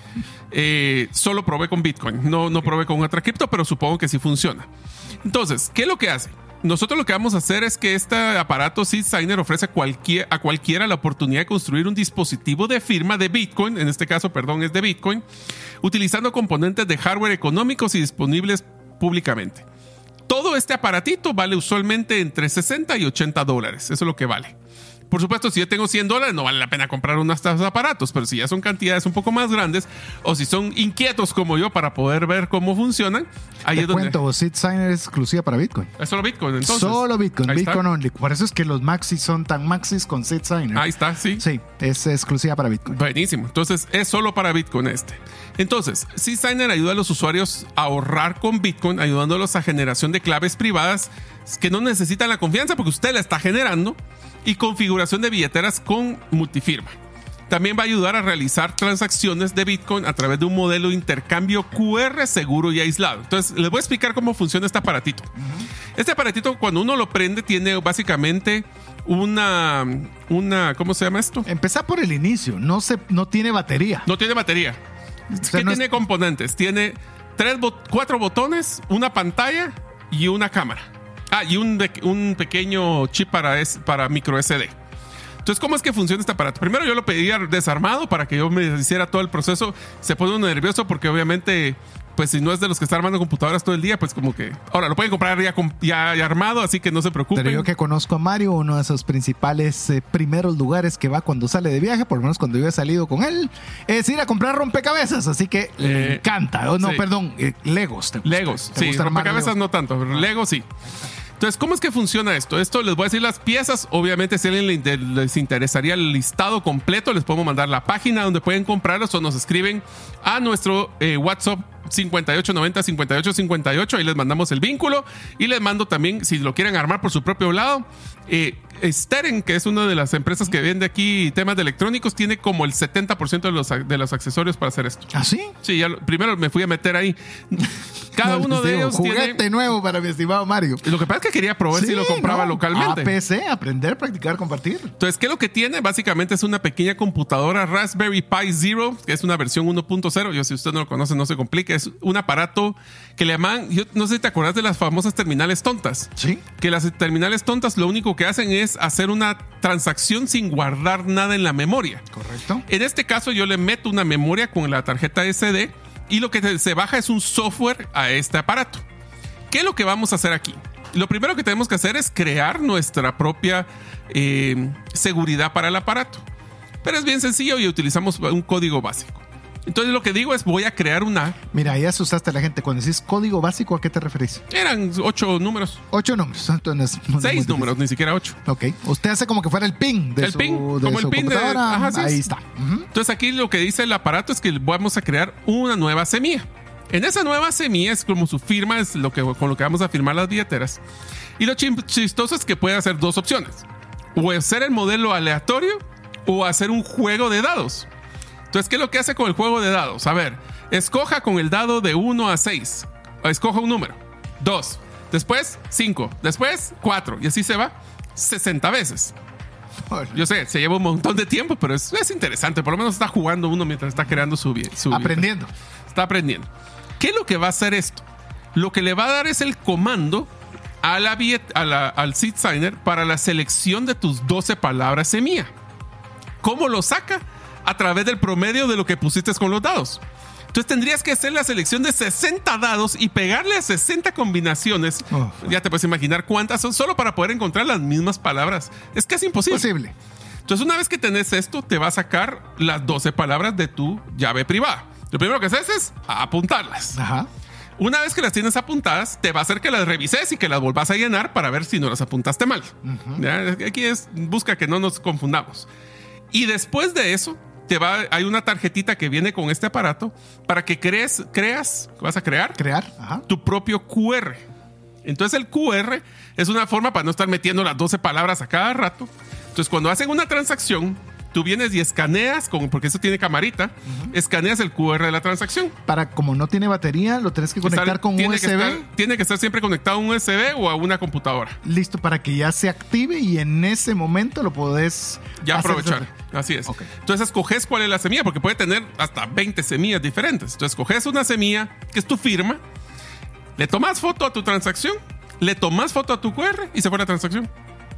Eh, solo probé con Bitcoin. No, no probé con otra cripto, pero supongo que sí funciona. Entonces, ¿qué es lo que hace? Nosotros lo que vamos a hacer es que este aparato Seed Signer ofrece a, cualquier, a cualquiera la oportunidad de construir un dispositivo de firma de Bitcoin, en este caso, perdón, es de Bitcoin, utilizando componentes de hardware económicos y disponibles públicamente. Todo este aparatito vale usualmente entre sesenta y ochenta dólares. Eso es lo que vale. Por supuesto, si yo tengo cien dólares, no vale la pena comprar uno de estos aparatos, pero si ya son cantidades un poco más grandes, o si son inquietos como yo para poder ver cómo funcionan, ahí Te es donde... cuento, Seed Signer es exclusiva para Bitcoin. Es solo Bitcoin, entonces. Solo Bitcoin, Bitcoin only. Por eso es que los maxis son tan maxis con Seed Signer. Ahí está, sí. Sí, es exclusiva para Bitcoin. Buenísimo. Entonces, es solo para Bitcoin este. Entonces, Seed Signer ayuda a los usuarios a ahorrar con Bitcoin, ayudándolos a generación de claves privadas que no necesitan la confianza porque usted la está generando, y configuración de billeteras con multifirma. También va a ayudar a realizar transacciones de Bitcoin a través de un modelo de intercambio Q R seguro y aislado. Entonces, les voy a explicar cómo funciona este aparatito. Uh-huh. Este aparatito, cuando uno lo prende, tiene básicamente una, una ¿cómo se llama esto? Empezá por el inicio. No, se, no tiene batería. No tiene batería. O sea, ¿Qué no tiene es... componentes? Tiene tres, cuatro botones, una pantalla y una cámara. Ah, y un, un pequeño chip para, es, para micro S D. Entonces, ¿cómo es que funciona este aparato? Primero yo lo pedía desarmado para que yo me hiciera todo el proceso. Se pone uno nervioso porque obviamente, pues si no es de los que está armando computadoras todo el día, pues como que... Ahora, lo pueden comprar ya, ya, ya armado, así que no se preocupen. Pero yo que conozco a Mario, uno de esos principales eh, primeros lugares que va cuando sale de viaje, por lo menos cuando yo he salido con él, es ir a comprar rompecabezas, así que eh, le encanta. Oh, no, sí. perdón, eh, Legos. ¿Te gusta? Legos, ¿Te sí, gusta rompecabezas Legos? no tanto, pero Legos sí. Entonces, ¿cómo es que funciona esto? Esto les voy a decir las piezas. Obviamente, si a alguien les interesaría el listado completo, les podemos mandar la página donde pueden comprarlos o nos escriben a nuestro eh, WhatsApp cincuenta y ocho noventa cincuenta y ocho cincuenta y ocho. Ahí les mandamos el vínculo y les mando también, si lo quieren armar por su propio lado, eh, Steren, que es una de las empresas que vende aquí temas de electrónicos, tiene como el setenta por ciento de los, de los accesorios para hacer esto. ¿Ah, sí? Sí, ya lo, primero me fui a meter ahí. Cada No, uno de digo, ellos juguete tiene... nuevo para mi estimado Mario. Lo que pasa es que quería probar Sí, si lo compraba no, localmente. A P C, aprender, practicar, compartir. Entonces, ¿qué es lo que tiene? Básicamente es una pequeña computadora Raspberry Pi Zero, que es una versión uno punto cero. Yo, si usted no lo conoce, no se complique. Es un aparato que le llaman, yo no sé si te acuerdas de las famosas terminales tontas. Sí. Que las terminales tontas lo único que hacen es hacer una transacción sin guardar nada en la memoria. Correcto. En este caso, yo le meto una memoria con la tarjeta S D y lo que se baja es un software a este aparato. ¿Qué es lo que vamos a hacer aquí? Lo primero que tenemos que hacer es crear nuestra propia eh, seguridad para el aparato. Pero es bien sencillo y utilizamos un código básico. Entonces lo que digo es voy a crear una... Mira, ahí asustaste a la gente. Cuando decís código básico, ¿a qué te referís? Eran ocho números. Ocho números. Entonces, no es Seis muy números, ni siquiera ocho. difícil. Ok. Usted hace como que fuera el pin de El su, pin, de como su el pin de- computadora. ajá, sí Ahí es. está. Ujú. Entonces aquí lo que dice el aparato es que vamos a crear una nueva semilla. En esa nueva semilla es como su firma, es lo que, con lo que vamos a firmar las billeteras. Y lo chim- chistoso es que puede hacer dos opciones. O hacer el modelo aleatorio o hacer un juego de dados. Entonces, ¿qué es lo que hace con el juego de dados? A ver, escoja con el dado de uno a seis. Escoja un número. dos. Después, cinco. Después, cuatro. Y así se va sesenta veces. Yo sé, se lleva un montón de tiempo, pero es, es interesante. Por lo menos está jugando uno mientras está creando su vida. Aprendiendo. Está aprendiendo. ¿Qué es lo que va a hacer esto? Lo que le va a dar es el comando a la, a la, al seed signer para la selección de tus doce palabras semilla. ¿Cómo lo saca? A través del promedio de lo que pusiste con los dados. Entonces tendrías que hacer la selección de sesenta dados y pegarle a sesenta combinaciones. Oh. Ya te puedes imaginar cuántas son solo para poder encontrar las mismas palabras. Es casi imposible. Posible. Entonces, una vez que tenés esto, te va a sacar las doce palabras de tu llave privada. Lo primero que haces es apuntarlas. Ajá. Una vez que las tienes apuntadas, te va a hacer que las revises y que las volvás a llenar para ver si no las apuntaste mal. Uh-huh. ¿Ya? Aquí es, busca que no nos confundamos. Y después de eso, te va, hay una tarjetita que viene con este aparato para que crees, creas, vas a crear, crear ajá. tu propio Q R. Entonces el Q R es una forma para no estar metiendo las doce palabras a cada rato. Entonces cuando hacen una transacción, tú vienes y escaneas, como, porque eso tiene camarita, uh-huh. escaneas el Q R de la transacción. Para, como no tiene batería, lo tenés que conectar Estar, con tiene U S B. Que estar, tiene que estar siempre conectado a un U S B o a una computadora. Listo para que ya se active y en ese momento lo podés ya aprovechar. Así es. Okay. Entonces escoges cuál es la semilla, porque puede tener hasta veinte semillas diferentes. Entonces escoges una semilla que es tu firma, le tomas foto a tu transacción, le tomas foto a tu Q R y se fue la transacción.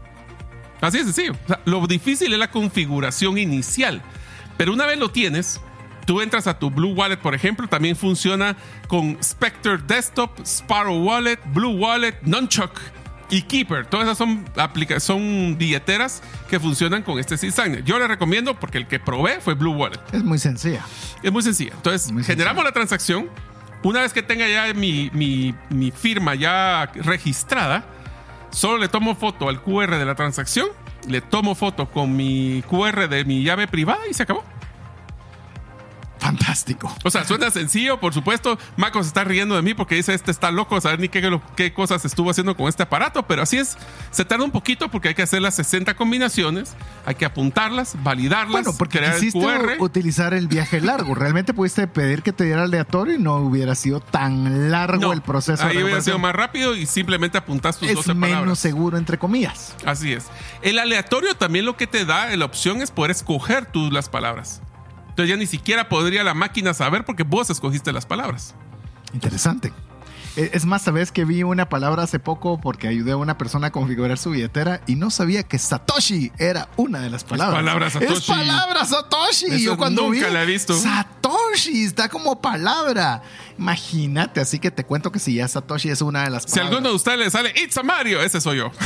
Así es sencillo. O sea, lo difícil es la configuración inicial. Pero una vez lo tienes, tú entras a tu Blue Wallet, por ejemplo. También funciona con Spectre Desktop, Sparrow Wallet, Blue Wallet, Nunchuck y Keeper. Todas esas son, aplica- son billeteras que funcionan con este seed signer. Yo le recomiendo porque el que probé fue Blue Wallet. Es muy sencilla. Es muy sencilla. Entonces, muy generamos sencilla. la transacción. Una vez que tenga ya mi, mi, mi firma ya registrada, solo le tomo foto al Q R de la transacción, le tomo foto con mi Q R de mi llave privada y se acabó. Fantástico. O sea, suena sencillo, por supuesto. Marcos está riendo de mí porque dice, este está loco, saber ni qué, qué cosas estuvo haciendo con este aparato, pero así es. Se tarda un poquito porque hay que hacer las sesenta combinaciones, hay que apuntarlas, validarlas, bueno, porque crear el quisiste Q R. utilizar el viaje largo. Realmente pudiste pedir que te diera aleatorio y no hubiera sido tan largo No, el proceso. Ahí hubiera sido más rápido y simplemente apuntas tus es doce menos palabras. seguro, entre comillas. Así es. El aleatorio también lo que te da, la opción es poder escoger tú las palabras. Entonces ya ni siquiera podría la máquina saber porque vos escogiste las palabras. Interesante. Es más, sabes que vi una palabra hace poco porque ayudé a una persona a configurar su billetera y no sabía que Satoshi era una de las palabras. Es palabra Satoshi. Es palabra Satoshi. Eso Yo cuando nunca vi la he visto. Satoshi está como palabra. Imagínate, así que te cuento que si ya Satoshi es una de las palabras. Si a alguno de ustedes le sale It's a Mario, ese soy yo.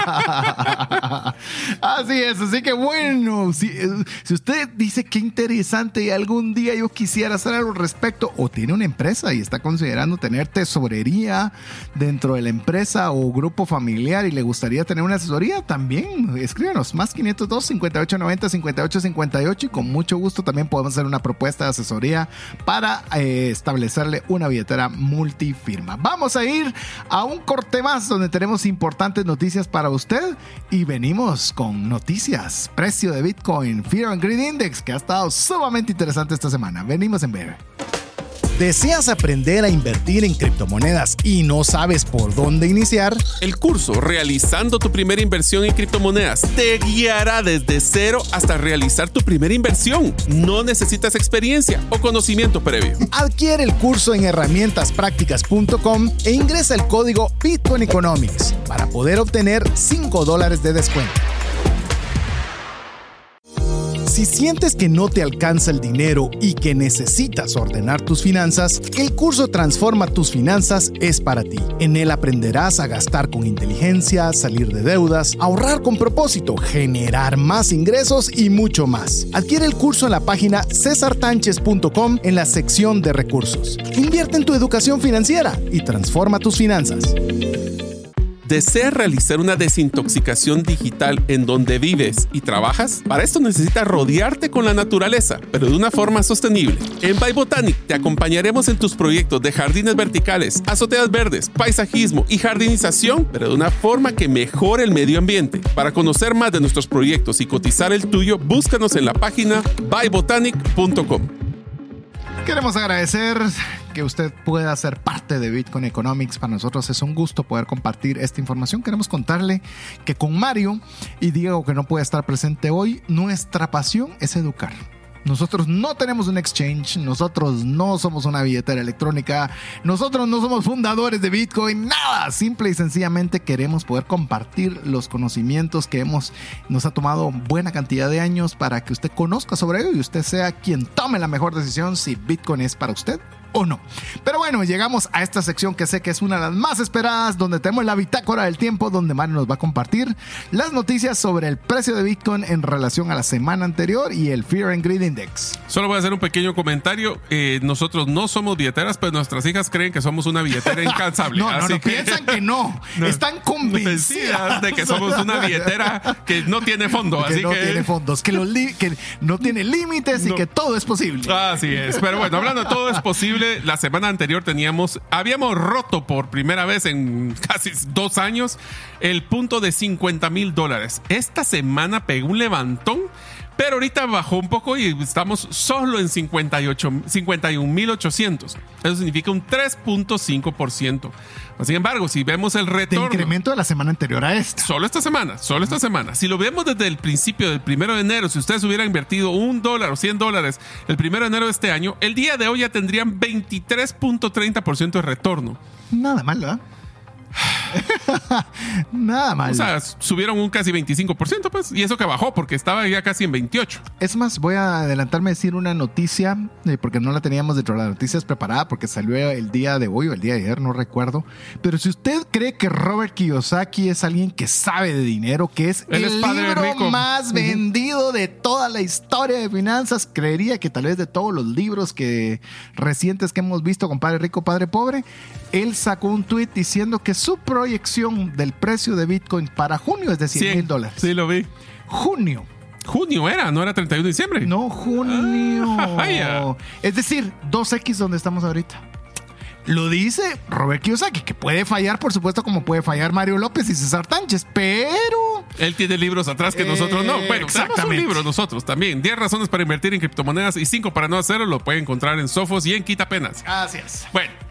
Así es, así que bueno, si, si usted dice que interesante y algún día yo quisiera hacer algo al respecto, o tiene una empresa y está considerando tener tesorería dentro de la empresa o grupo familiar y le gustaría tener una asesoría, también escríbanos más quinientos dos, cincuenta y ocho noventa, cincuenta y ocho cincuenta y ocho y con mucho gusto también podemos hacer una propuesta de asesoría para eh, establecerle una billetera multifirma. Vamos a ir a un corte más donde tenemos importantes noticias para usted y venimos con noticias, precio de Bitcoin, Fear and Greed Index, que ha estado sumamente interesante esta semana. Venimos en breve. ¿Deseas aprender a invertir en criptomonedas y no sabes por dónde iniciar? El curso Realizando tu primera inversión en criptomonedas te guiará desde cero hasta realizar tu primera inversión. No necesitas experiencia o conocimiento previo. Adquiere el curso en herramientas prácticas punto com e ingresa el código Bitcoin Economics para poder obtener cinco dólares de descuento. Si sientes que no te alcanza el dinero y que necesitas ordenar tus finanzas, el curso Transforma tus finanzas es para ti. En él aprenderás a gastar con inteligencia, salir de deudas, ahorrar con propósito, generar más ingresos y mucho más. Adquiere el curso en la página cesar tánchez punto com en la sección de recursos. Invierte en tu educación financiera y transforma tus finanzas. ¿Deseas realizar una desintoxicación digital en donde vives y trabajas? Para esto necesitas rodearte con la naturaleza, pero de una forma sostenible. En By Botanic te acompañaremos en tus proyectos de jardines verticales, azoteas verdes, paisajismo y jardinización, pero de una forma que mejore el medio ambiente. Para conocer más de nuestros proyectos y cotizar el tuyo, búscanos en la página by botanic punto com. Queremos agradecer que usted pueda ser parte de Bitcoin Economics. Para nosotros es un gusto poder compartir esta información. Queremos contarle que con Mario y Diego, que no puede estar presente hoy, nuestra pasión es educar. Nosotros no tenemos un exchange, nosotros no somos una billetera electrónica, nosotros no somos fundadores de Bitcoin, nada. Simple y sencillamente queremos poder compartir los conocimientos que hemos, nos ha tomado buena cantidad de años para que usted conozca sobre ello y usted sea quien tome la mejor decisión si Bitcoin es para usted o no. Pero bueno, llegamos a esta sección que sé que es una de las más esperadas, donde tenemos la bitácora del tiempo, donde Mario nos va a compartir las noticias sobre el precio de Bitcoin en relación a la semana anterior y el Fear and Greed Index. Solo voy a hacer un pequeño comentario. Eh, nosotros no somos billeteras, pero nuestras hijas creen que somos una billetera incansable. no, no, así no, que piensan que no. no. Están convencidas de que somos una billetera que no tiene fondo. Que así no que... tiene fondos, que, los li- que no tiene límites no. y que todo es posible. Así es. Pero bueno, hablando de todo es posible, la semana anterior teníamos, habíamos roto por primera vez en casi dos años el punto de cincuenta mil dólares. Esta semana pegó un levantón, pero ahorita bajó un poco y estamos solo en cincuenta y un mil ochocientos. Eso significa un tres punto cinco por ciento. Sin embargo, si vemos el retorno... De incremento de la semana anterior a esta. Solo esta semana, solo esta semana. Si lo vemos desde el principio del primero de enero, si ustedes hubieran invertido un dólar o cien dólares el primero de enero de este año, el día de hoy ya tendrían veintitrés punto treinta por ciento de retorno. Nada mal, ¿verdad? Nada mal. O sea, subieron un casi veinticinco por ciento, pues, y eso que bajó porque estaba ya casi en veintiocho. Es más, voy a adelantarme a decir una noticia, eh, porque no la teníamos dentro de las noticias preparada, porque salió el día de hoy o el día de ayer, no recuerdo. Pero si usted cree que Robert Kiyosaki es alguien que sabe de dinero, que es Él el es padre libro rico. más vendido de toda la historia de finanzas, creería que tal vez de todos los libros que recientes que hemos visto con Padre Rico, Padre Pobre, él sacó un tweet diciendo que su proyección del precio de Bitcoin para junio es de cien mil dólares. Sí, lo vi. Junio. Junio era, no era treinta y uno de diciembre. No, junio. Ah, es decir, dos equis donde estamos ahorita. Lo dice Robert Kiyosaki, que puede fallar, por supuesto, como puede fallar Mario López y César Tánchez, pero... Él tiene libros atrás que nosotros no. Bueno, tenemos un libro nosotros también. diez razones para invertir en criptomonedas y cinco para no hacerlo. Lo pueden encontrar en Sofos y en Quitapenas. Así es. Bueno,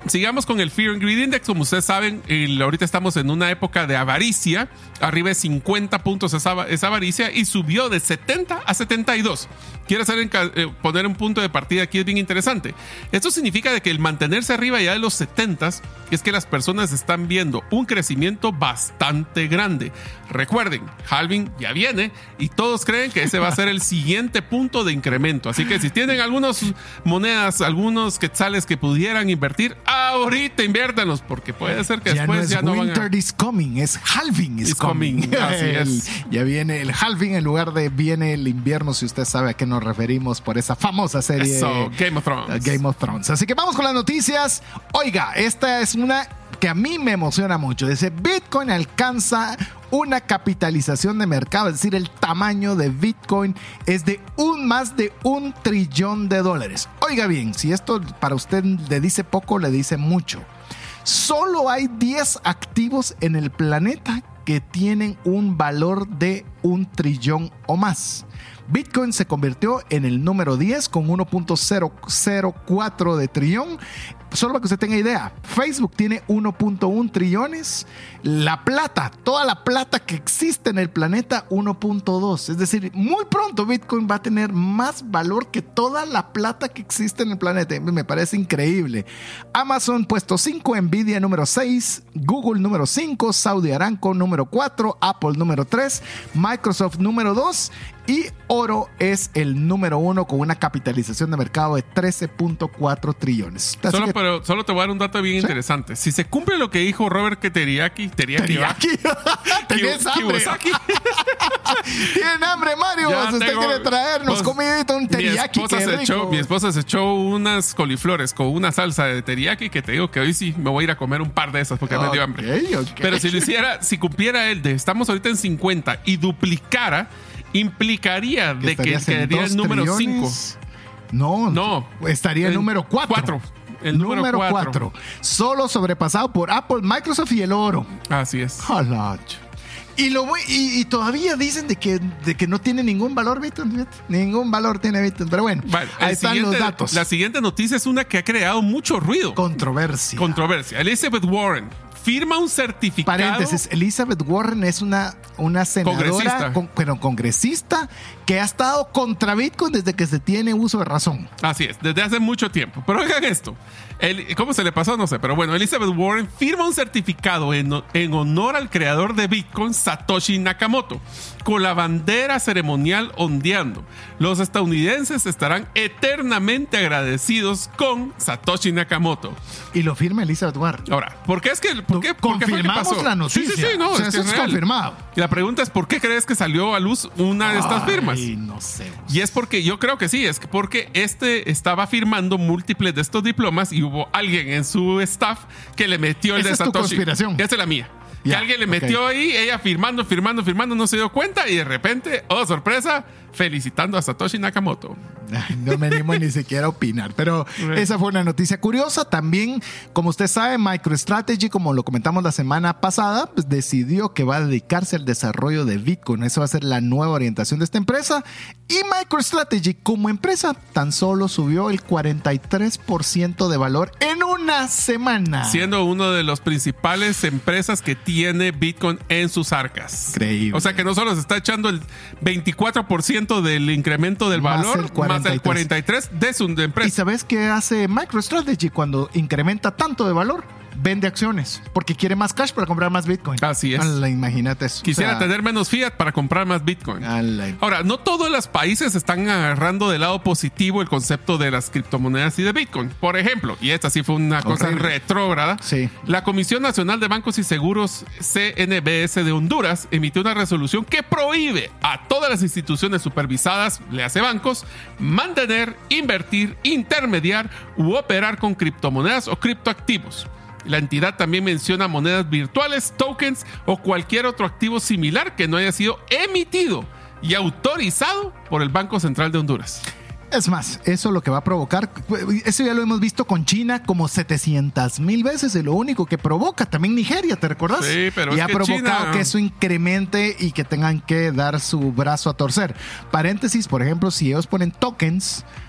Sigamos con el Fear and Greed Index. Como ustedes saben, el, ahorita estamos en una época de avaricia. Arriba de cincuenta puntos esa, esa avaricia y subió de setenta a setenta y dos. Quiero hacer en, eh, poner un punto de partida aquí, es bien interesante. Esto significa de que el mantenerse arriba ya de los setenta es que las personas están viendo un crecimiento bastante grande. Recuerden, halving ya viene y todos creen que ese va a ser el siguiente punto de incremento. Así que si tienen algunas monedas, algunos quetzales que pudieran invertir, ahorita inviértanlos, porque puede ser que ya después no es ya no van a... Winter is coming, es halving is coming. coming. Así el, es. Ya viene el halving en lugar de viene el invierno, si usted sabe a qué nos referimos por esa famosa serie Eso, Game of Thrones. Game of Thrones. Así que vamos con las noticias. Oiga, esta es una que a mí me emociona mucho. Dice, Bitcoin alcanza una capitalización de mercado, es decir, el tamaño de Bitcoin es de un más de un trillón de dólares. Oiga bien, si esto para usted le dice poco, le dice mucho. Solo hay diez activos en el planeta que tienen un valor de un trillón o más. Bitcoin se convirtió en el número diez con uno punto cero cero cuatro de trillón. Solo para que usted tenga idea, Facebook tiene uno punto uno trillones. La plata, toda la plata que existe en el planeta, uno punto dos. Es decir, muy pronto Bitcoin va a tener más valor que toda la plata que existe en el planeta. Me parece increíble. Amazon puesto cinco, Nvidia número seis, Google número cinco, Saudi Aramco número cuatro, Apple número tres, Microsoft número dos y oro es el número uno con una capitalización de mercado de trece punto cuatro trillones. Así Solo, que, pero, solo te voy a dar un dato bien ¿sí? interesante. Si se cumple lo que dijo Robert que Teriyaki, Teriyaki, Teriyaki. ¿Tenés hambre? ¿Tienen hambre, Mario? Ya Si usted tengo- quiere traernos pues, comidita, un Mi teriyaki, esposa, qué se rico. echó, mi esposa se echó unas coliflores con una salsa de teriyaki que te digo que hoy sí me voy a ir a comer un par de esas porque me dio hambre. Ok, ok. Pero si lo hiciera, si cumpliera el de estamos ahorita en cincuenta y duplicara, implicaría de que estarías en quedaría dos el número cinco. trillones. No, No. estaría el En número cuatro. cuatro. El número cuatro. Solo sobrepasado por Apple, Microsoft y el oro. Así es. Ojalá. Y, lo, voy- y, y todavía dicen de que, de que no tiene ningún valor Bitcoin. Fíjate. Ningún valor tiene Bitcoin. Pero bueno, Vale, ahí el están siguiente- los datos. La siguiente noticia es una que ha creado mucho ruido. Controversia. Controversia. Elizabeth Warren firma un certificado. Paréntesis, Elizabeth Warren es una, una senadora, Congresista. con, pero congresista que ha estado contra Bitcoin desde que se tiene uso de razón. Así es, desde hace mucho tiempo. Pero oigan esto. El- ¿Cómo se le pasó? No sé. Pero bueno, Elizabeth Warren firma un certificado en, en honor al creador de Bitcoin, Satoshi Nakamoto, con la bandera ceremonial ondeando. Los estadounidenses estarán eternamente agradecidos con Satoshi Nakamoto. Y lo firma Elizabeth Warren. Ahora, ¿por qué es que, por qué, por qué fue que Confirmamos pasó? la noticia. Sí, sí, sí, no, O sea, es que eso es real. confirmado. Y la pregunta es, ¿por qué crees que salió a luz una de estas firmas? Ay, no sé. Y es porque yo creo que sí, es que porque este estaba firmando múltiples de estos diplomas y hubo alguien en su staff que le metió el Esa de es tu Satoshi. conspiración. Esa es la mía. Ya, que alguien le ok. metió ahí, ella firmando, firmando, firmando, no se dio cuenta y de repente, oh sorpresa, felicitando a Satoshi Nakamoto. Ay, no me animo ni siquiera a opinar, pero Bueno. esa fue una noticia curiosa. También, como usted sabe, MicroStrategy, como lo comentamos la semana pasada, pues decidió que va a dedicarse al desarrollo de Bitcoin. Eso va a ser la nueva orientación de esta empresa. Y MicroStrategy, como empresa, tan solo subió el cuarenta y tres por ciento de valor en una semana. Siendo uno de los principales empresas que tiene Bitcoin en sus arcas. Increíble. O sea que no solo se está echando el veinticuatro por ciento del incremento del Más valor, el cuarenta y tres. más el cuarenta y tres por ciento de su ¿Y empresa. sabes qué hace MicroStrategy cuando incrementa tanto de valor? Vende acciones porque quiere más cash para comprar más Bitcoin. Así es. Ala, imagínate eso. Quisiera O sea, tener menos fiat para comprar más Bitcoin. ala. Ahora, no todos los países están agarrando del lado positivo el concepto de las criptomonedas y de Bitcoin. Por ejemplo, y esta sí fue una cosa Horrible. retrógrada, Sí. la Comisión Nacional de Bancos y Seguros C N B S de Honduras emitió una resolución que prohíbe a todas las instituciones supervisadas, le hace bancos, mantener, invertir, intermediar u operar con criptomonedas o criptoactivos. La entidad también menciona monedas virtuales, tokens o cualquier otro activo similar que no haya sido emitido y autorizado por el Banco Central de Honduras. Es más, eso lo que va a provocar, eso ya lo hemos visto con China como setecientas mil veces y lo único que provoca también Nigeria, ¿te recordás? Sí, pero y es ha que provocado China- que eso incremente y que tengan que dar su brazo a torcer. Paréntesis, por ejemplo, si ellos ponen tokens,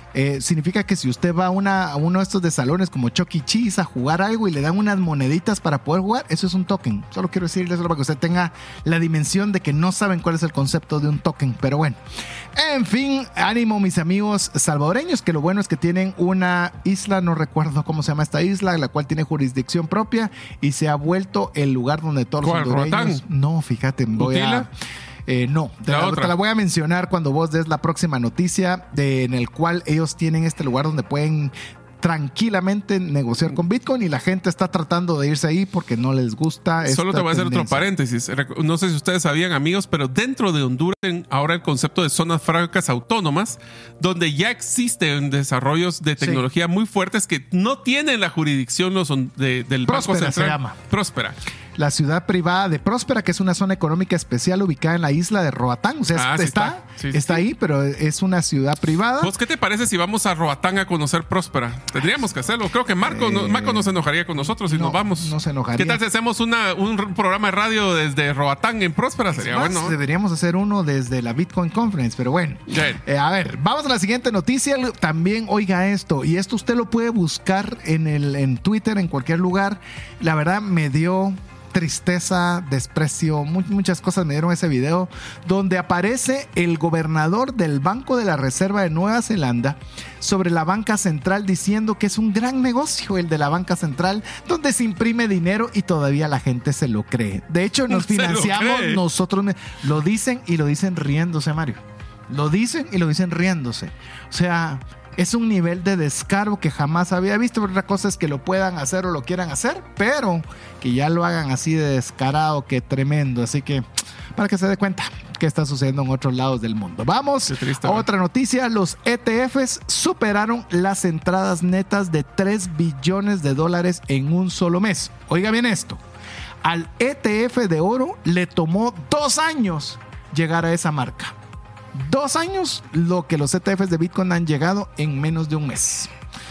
eh, significa que si usted va a, una, a uno de estos de salones como Chuck E. Cheese a jugar algo y le dan unas moneditas para poder jugar, eso es un token. Solo quiero decirles solo para que usted tenga la dimensión de que no saben cuál es el concepto de un token, pero bueno. En fin, ánimo mis amigos salvadoreños, que lo bueno es que tienen una isla, no recuerdo cómo se llama esta isla, la cual tiene jurisdicción propia y se ha vuelto el lugar donde todos los hondureños... ¿Roatán? No, fíjate, voy ¿Utila? a... Eh, no, te la la, otra. te la voy a mencionar cuando vos des la próxima noticia de, en el cual ellos tienen este lugar donde pueden tranquilamente negociar con Bitcoin y la gente está tratando de irse ahí porque no les gusta esta Solo te voy a hacer otro tendencia. paréntesis. No sé si ustedes sabían, amigos, pero dentro de Honduras tienen ahora el concepto de zonas francas autónomas, donde ya existen desarrollos de tecnología sí. muy fuertes que no tienen la jurisdicción los de, del Próspera Banco Central. se llama. Próspera. La ciudad privada de Próspera, que es una zona económica especial ubicada en la isla de Roatán. O sea, Ah, sí está, está. Sí, sí, está sí. ahí, pero es una ciudad privada. ¿Vos qué te parece si vamos a Roatán a conocer Próspera? Tendríamos que hacerlo. Creo que Marco, Eh, no, Marco no se enojaría con nosotros si no, nos vamos. no se enojaría. ¿Qué tal si hacemos una, un programa de radio desde Roatán en Próspera? Sería Más, bueno. deberíamos hacer uno desde la Bitcoin Conference, pero bueno. Bien. Eh, a ver, vamos a la siguiente noticia. También oiga esto, y esto usted lo puede buscar en, el, en Twitter, en cualquier lugar. La verdad me dio tristeza, desprecio, mu- muchas cosas me dieron ese video, donde aparece el gobernador del Banco de la Reserva de Nueva Zelanda sobre la banca central diciendo que es un gran negocio el de la banca central, donde se imprime dinero y todavía la gente se lo cree. De hecho, nos Se lo financiamos cree. nosotros. Lo dicen y lo dicen riéndose, Mario. Lo dicen y lo dicen riéndose. O sea, es un nivel de descaro que jamás había visto. Pero otra cosa es que lo puedan hacer o lo quieran hacer, pero que ya lo hagan así de descarado, que tremendo. Así que, para que se dé cuenta qué está sucediendo en otros lados del mundo. Vamos Qué triste, a ¿no? otra noticia. Los E T Fs superaron las entradas netas de tres billones de dólares en un solo mes. Oiga bien esto. Al E T F de oro le tomó dos años llegar a esa marca. Dos años lo que los E T Fs de Bitcoin han llegado en menos de un mes.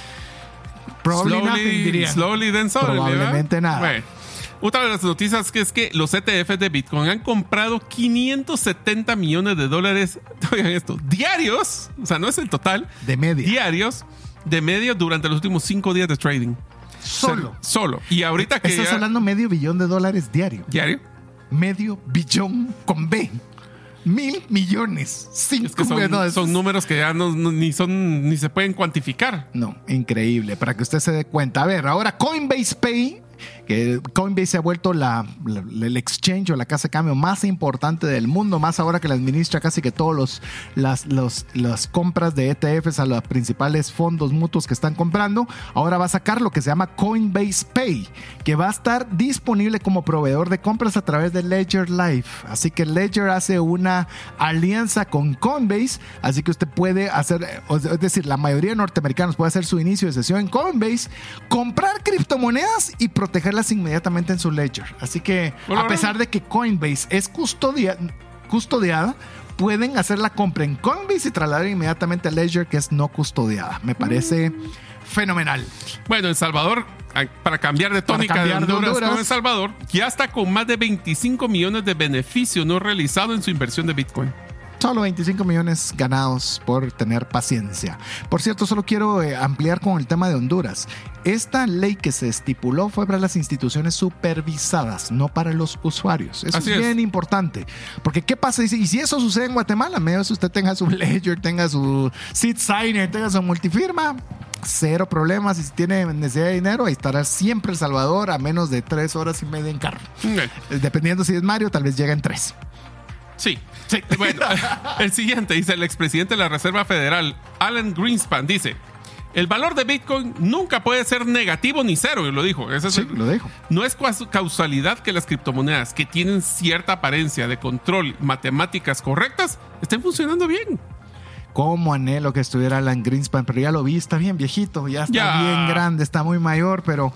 Probably nothing, Slowly, dirían. slowly then slowly, Probablemente ¿verdad? nada. Bueno, otra de las noticias que es que los E T Fs de Bitcoin han comprado quinientos setenta millones de dólares, oigan esto, diarios, o sea, no es el total, De media. diarios de media durante los últimos cinco días de trading. Solo. O sea, solo. Y ahorita que Estás ya- hablando medio billón de dólares diario. diario. Medio billón con B. Mil millones. Cinco Es que son, millones. son números que ya no, no- ni son ni se pueden cuantificar. No, increíble, para que usted se dé cuenta. A ver, ahora Coinbase Pay, que Coinbase se ha vuelto la, la- el exchange o la casa de cambio más importante del mundo, más ahora que la administra casi que todos los las, los, las compras de E T Fs a los principales fondos mutuos que están comprando. Ahora va a sacar lo que se llama Coinbase Pay, que va a estar disponible como proveedor de compras a través de Ledger Live. Así que Ledger hace una alianza con Coinbase, así que usted puede hacer, es decir, la mayoría de norteamericanos puede hacer su inicio de sesión en Coinbase, comprar criptomonedas y protegerlas inmediatamente en su Ledger. Así que Bueno, a pesar de que Coinbase es custodia, custodiada, pueden hacer la compra en Coinbase y trasladar inmediatamente a Ledger, que es no custodiada. Me parece fenomenal. Bueno, El Salvador, a- para cambiar de tónica cambiar de de Honduras, Honduras. con El Salvador, ya está con más de veinticinco millones de beneficio no realizado en su inversión de Bitcoin. Solo veinticinco millones ganados por tener paciencia. Por cierto, solo quiero eh, ampliar con el tema de Honduras. Esta ley que se estipuló fue para las instituciones supervisadas, no para los usuarios. Eso Así es es. bien importante. Porque ¿qué pasa? Y si, y si eso sucede en Guatemala, menos usted tenga su Ledger, tenga su seed signer, tenga su multifirma, cero problemas. Y si tiene necesidad de dinero, ahí estará siempre El Salvador a menos de tres horas y media en carro. Ok. Eh, Dependiendo si es Mario, tal vez llega en tres. Sí. Sí. Bueno, el siguiente dice el expresidente de la Reserva Federal, Alan Greenspan, dice: el valor de Bitcoin nunca puede ser negativo ni cero, y lo dijo. Ese es Sí, el- lo dejo. No es caus- causalidad que las criptomonedas que tienen cierta apariencia de control, matemáticas correctas, estén funcionando bien. Cómo anhelo que estuviera Alan Greenspan, pero ya lo vi, está bien viejito, ya está Ya. bien grande, está muy mayor, pero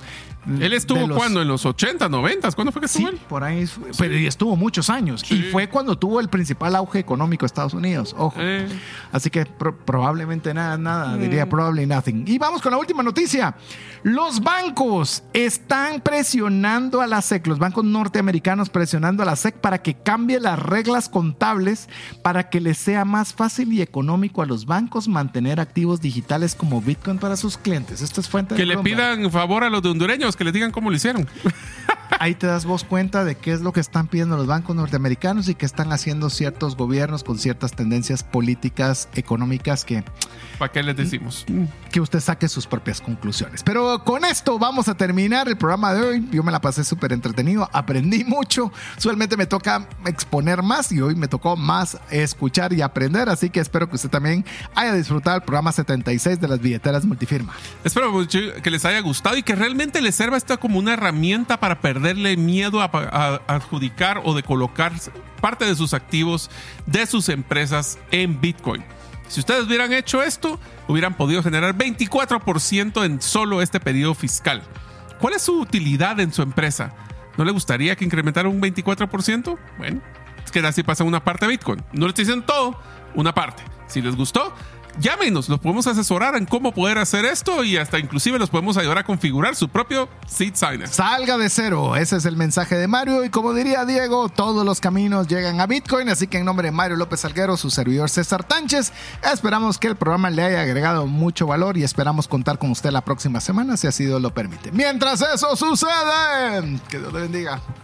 Él estuvo los... cuando, en los ochenta, noventa, ¿cuándo fue que estuvo sí, él? por ahí, sí. Pero estuvo muchos años. Sí. Y fue cuando tuvo el principal auge económico de Estados Unidos. Ojo. Eh. Así que pro- probablemente nada, nada, mm. diría probably nothing. Y vamos con la última noticia. Los bancos están presionando a la S E C, los bancos norteamericanos presionando a la S E C para que cambie las reglas contables para que les sea más fácil y económico a los bancos mantener activos digitales como Bitcoin para sus clientes. Esto es fuente que de le Bloomberg. Pidan favor a los de hondureños, que les digan cómo lo hicieron. Ahí te das vos cuenta de qué es lo que están pidiendo los bancos norteamericanos y qué están haciendo ciertos gobiernos con ciertas tendencias políticas, económicas que... ¿Para qué les decimos? Que usted saque sus propias conclusiones. Pero con esto vamos a terminar el programa de hoy. Yo me la pasé súper entretenido, aprendí mucho. Usualmente me toca exponer más y hoy me tocó más escuchar y aprender. Así que espero que usted también haya disfrutado el programa setenta y seis de las billeteras multifirma. Espero mucho que les haya gustado y que realmente les sirva esto como una herramienta para perderle miedo a, a, a adjudicar o de colocar parte de sus activos de sus empresas en Bitcoin. Si ustedes hubieran hecho esto, hubieran podido generar veinticuatro por ciento en solo este periodo fiscal. ¿Cuál es su utilidad en su empresa? ¿No le gustaría que incrementara un veinticuatro por ciento? Bueno, es que así pasa una parte de Bitcoin. No les estoy diciendo todo, una parte. Si les gustó, llámenos, los podemos asesorar en cómo poder hacer esto y hasta inclusive los podemos ayudar a configurar su propio seed signer. Salga de cero, ese es el mensaje de Mario y como diría Diego, todos los caminos llegan a Bitcoin, así que en nombre de Mario López Salguero, su servidor César Tánchez, esperamos que el programa le haya agregado mucho valor y esperamos contar con usted la próxima semana si así Dios lo permite. Mientras eso sucede, que Dios le bendiga.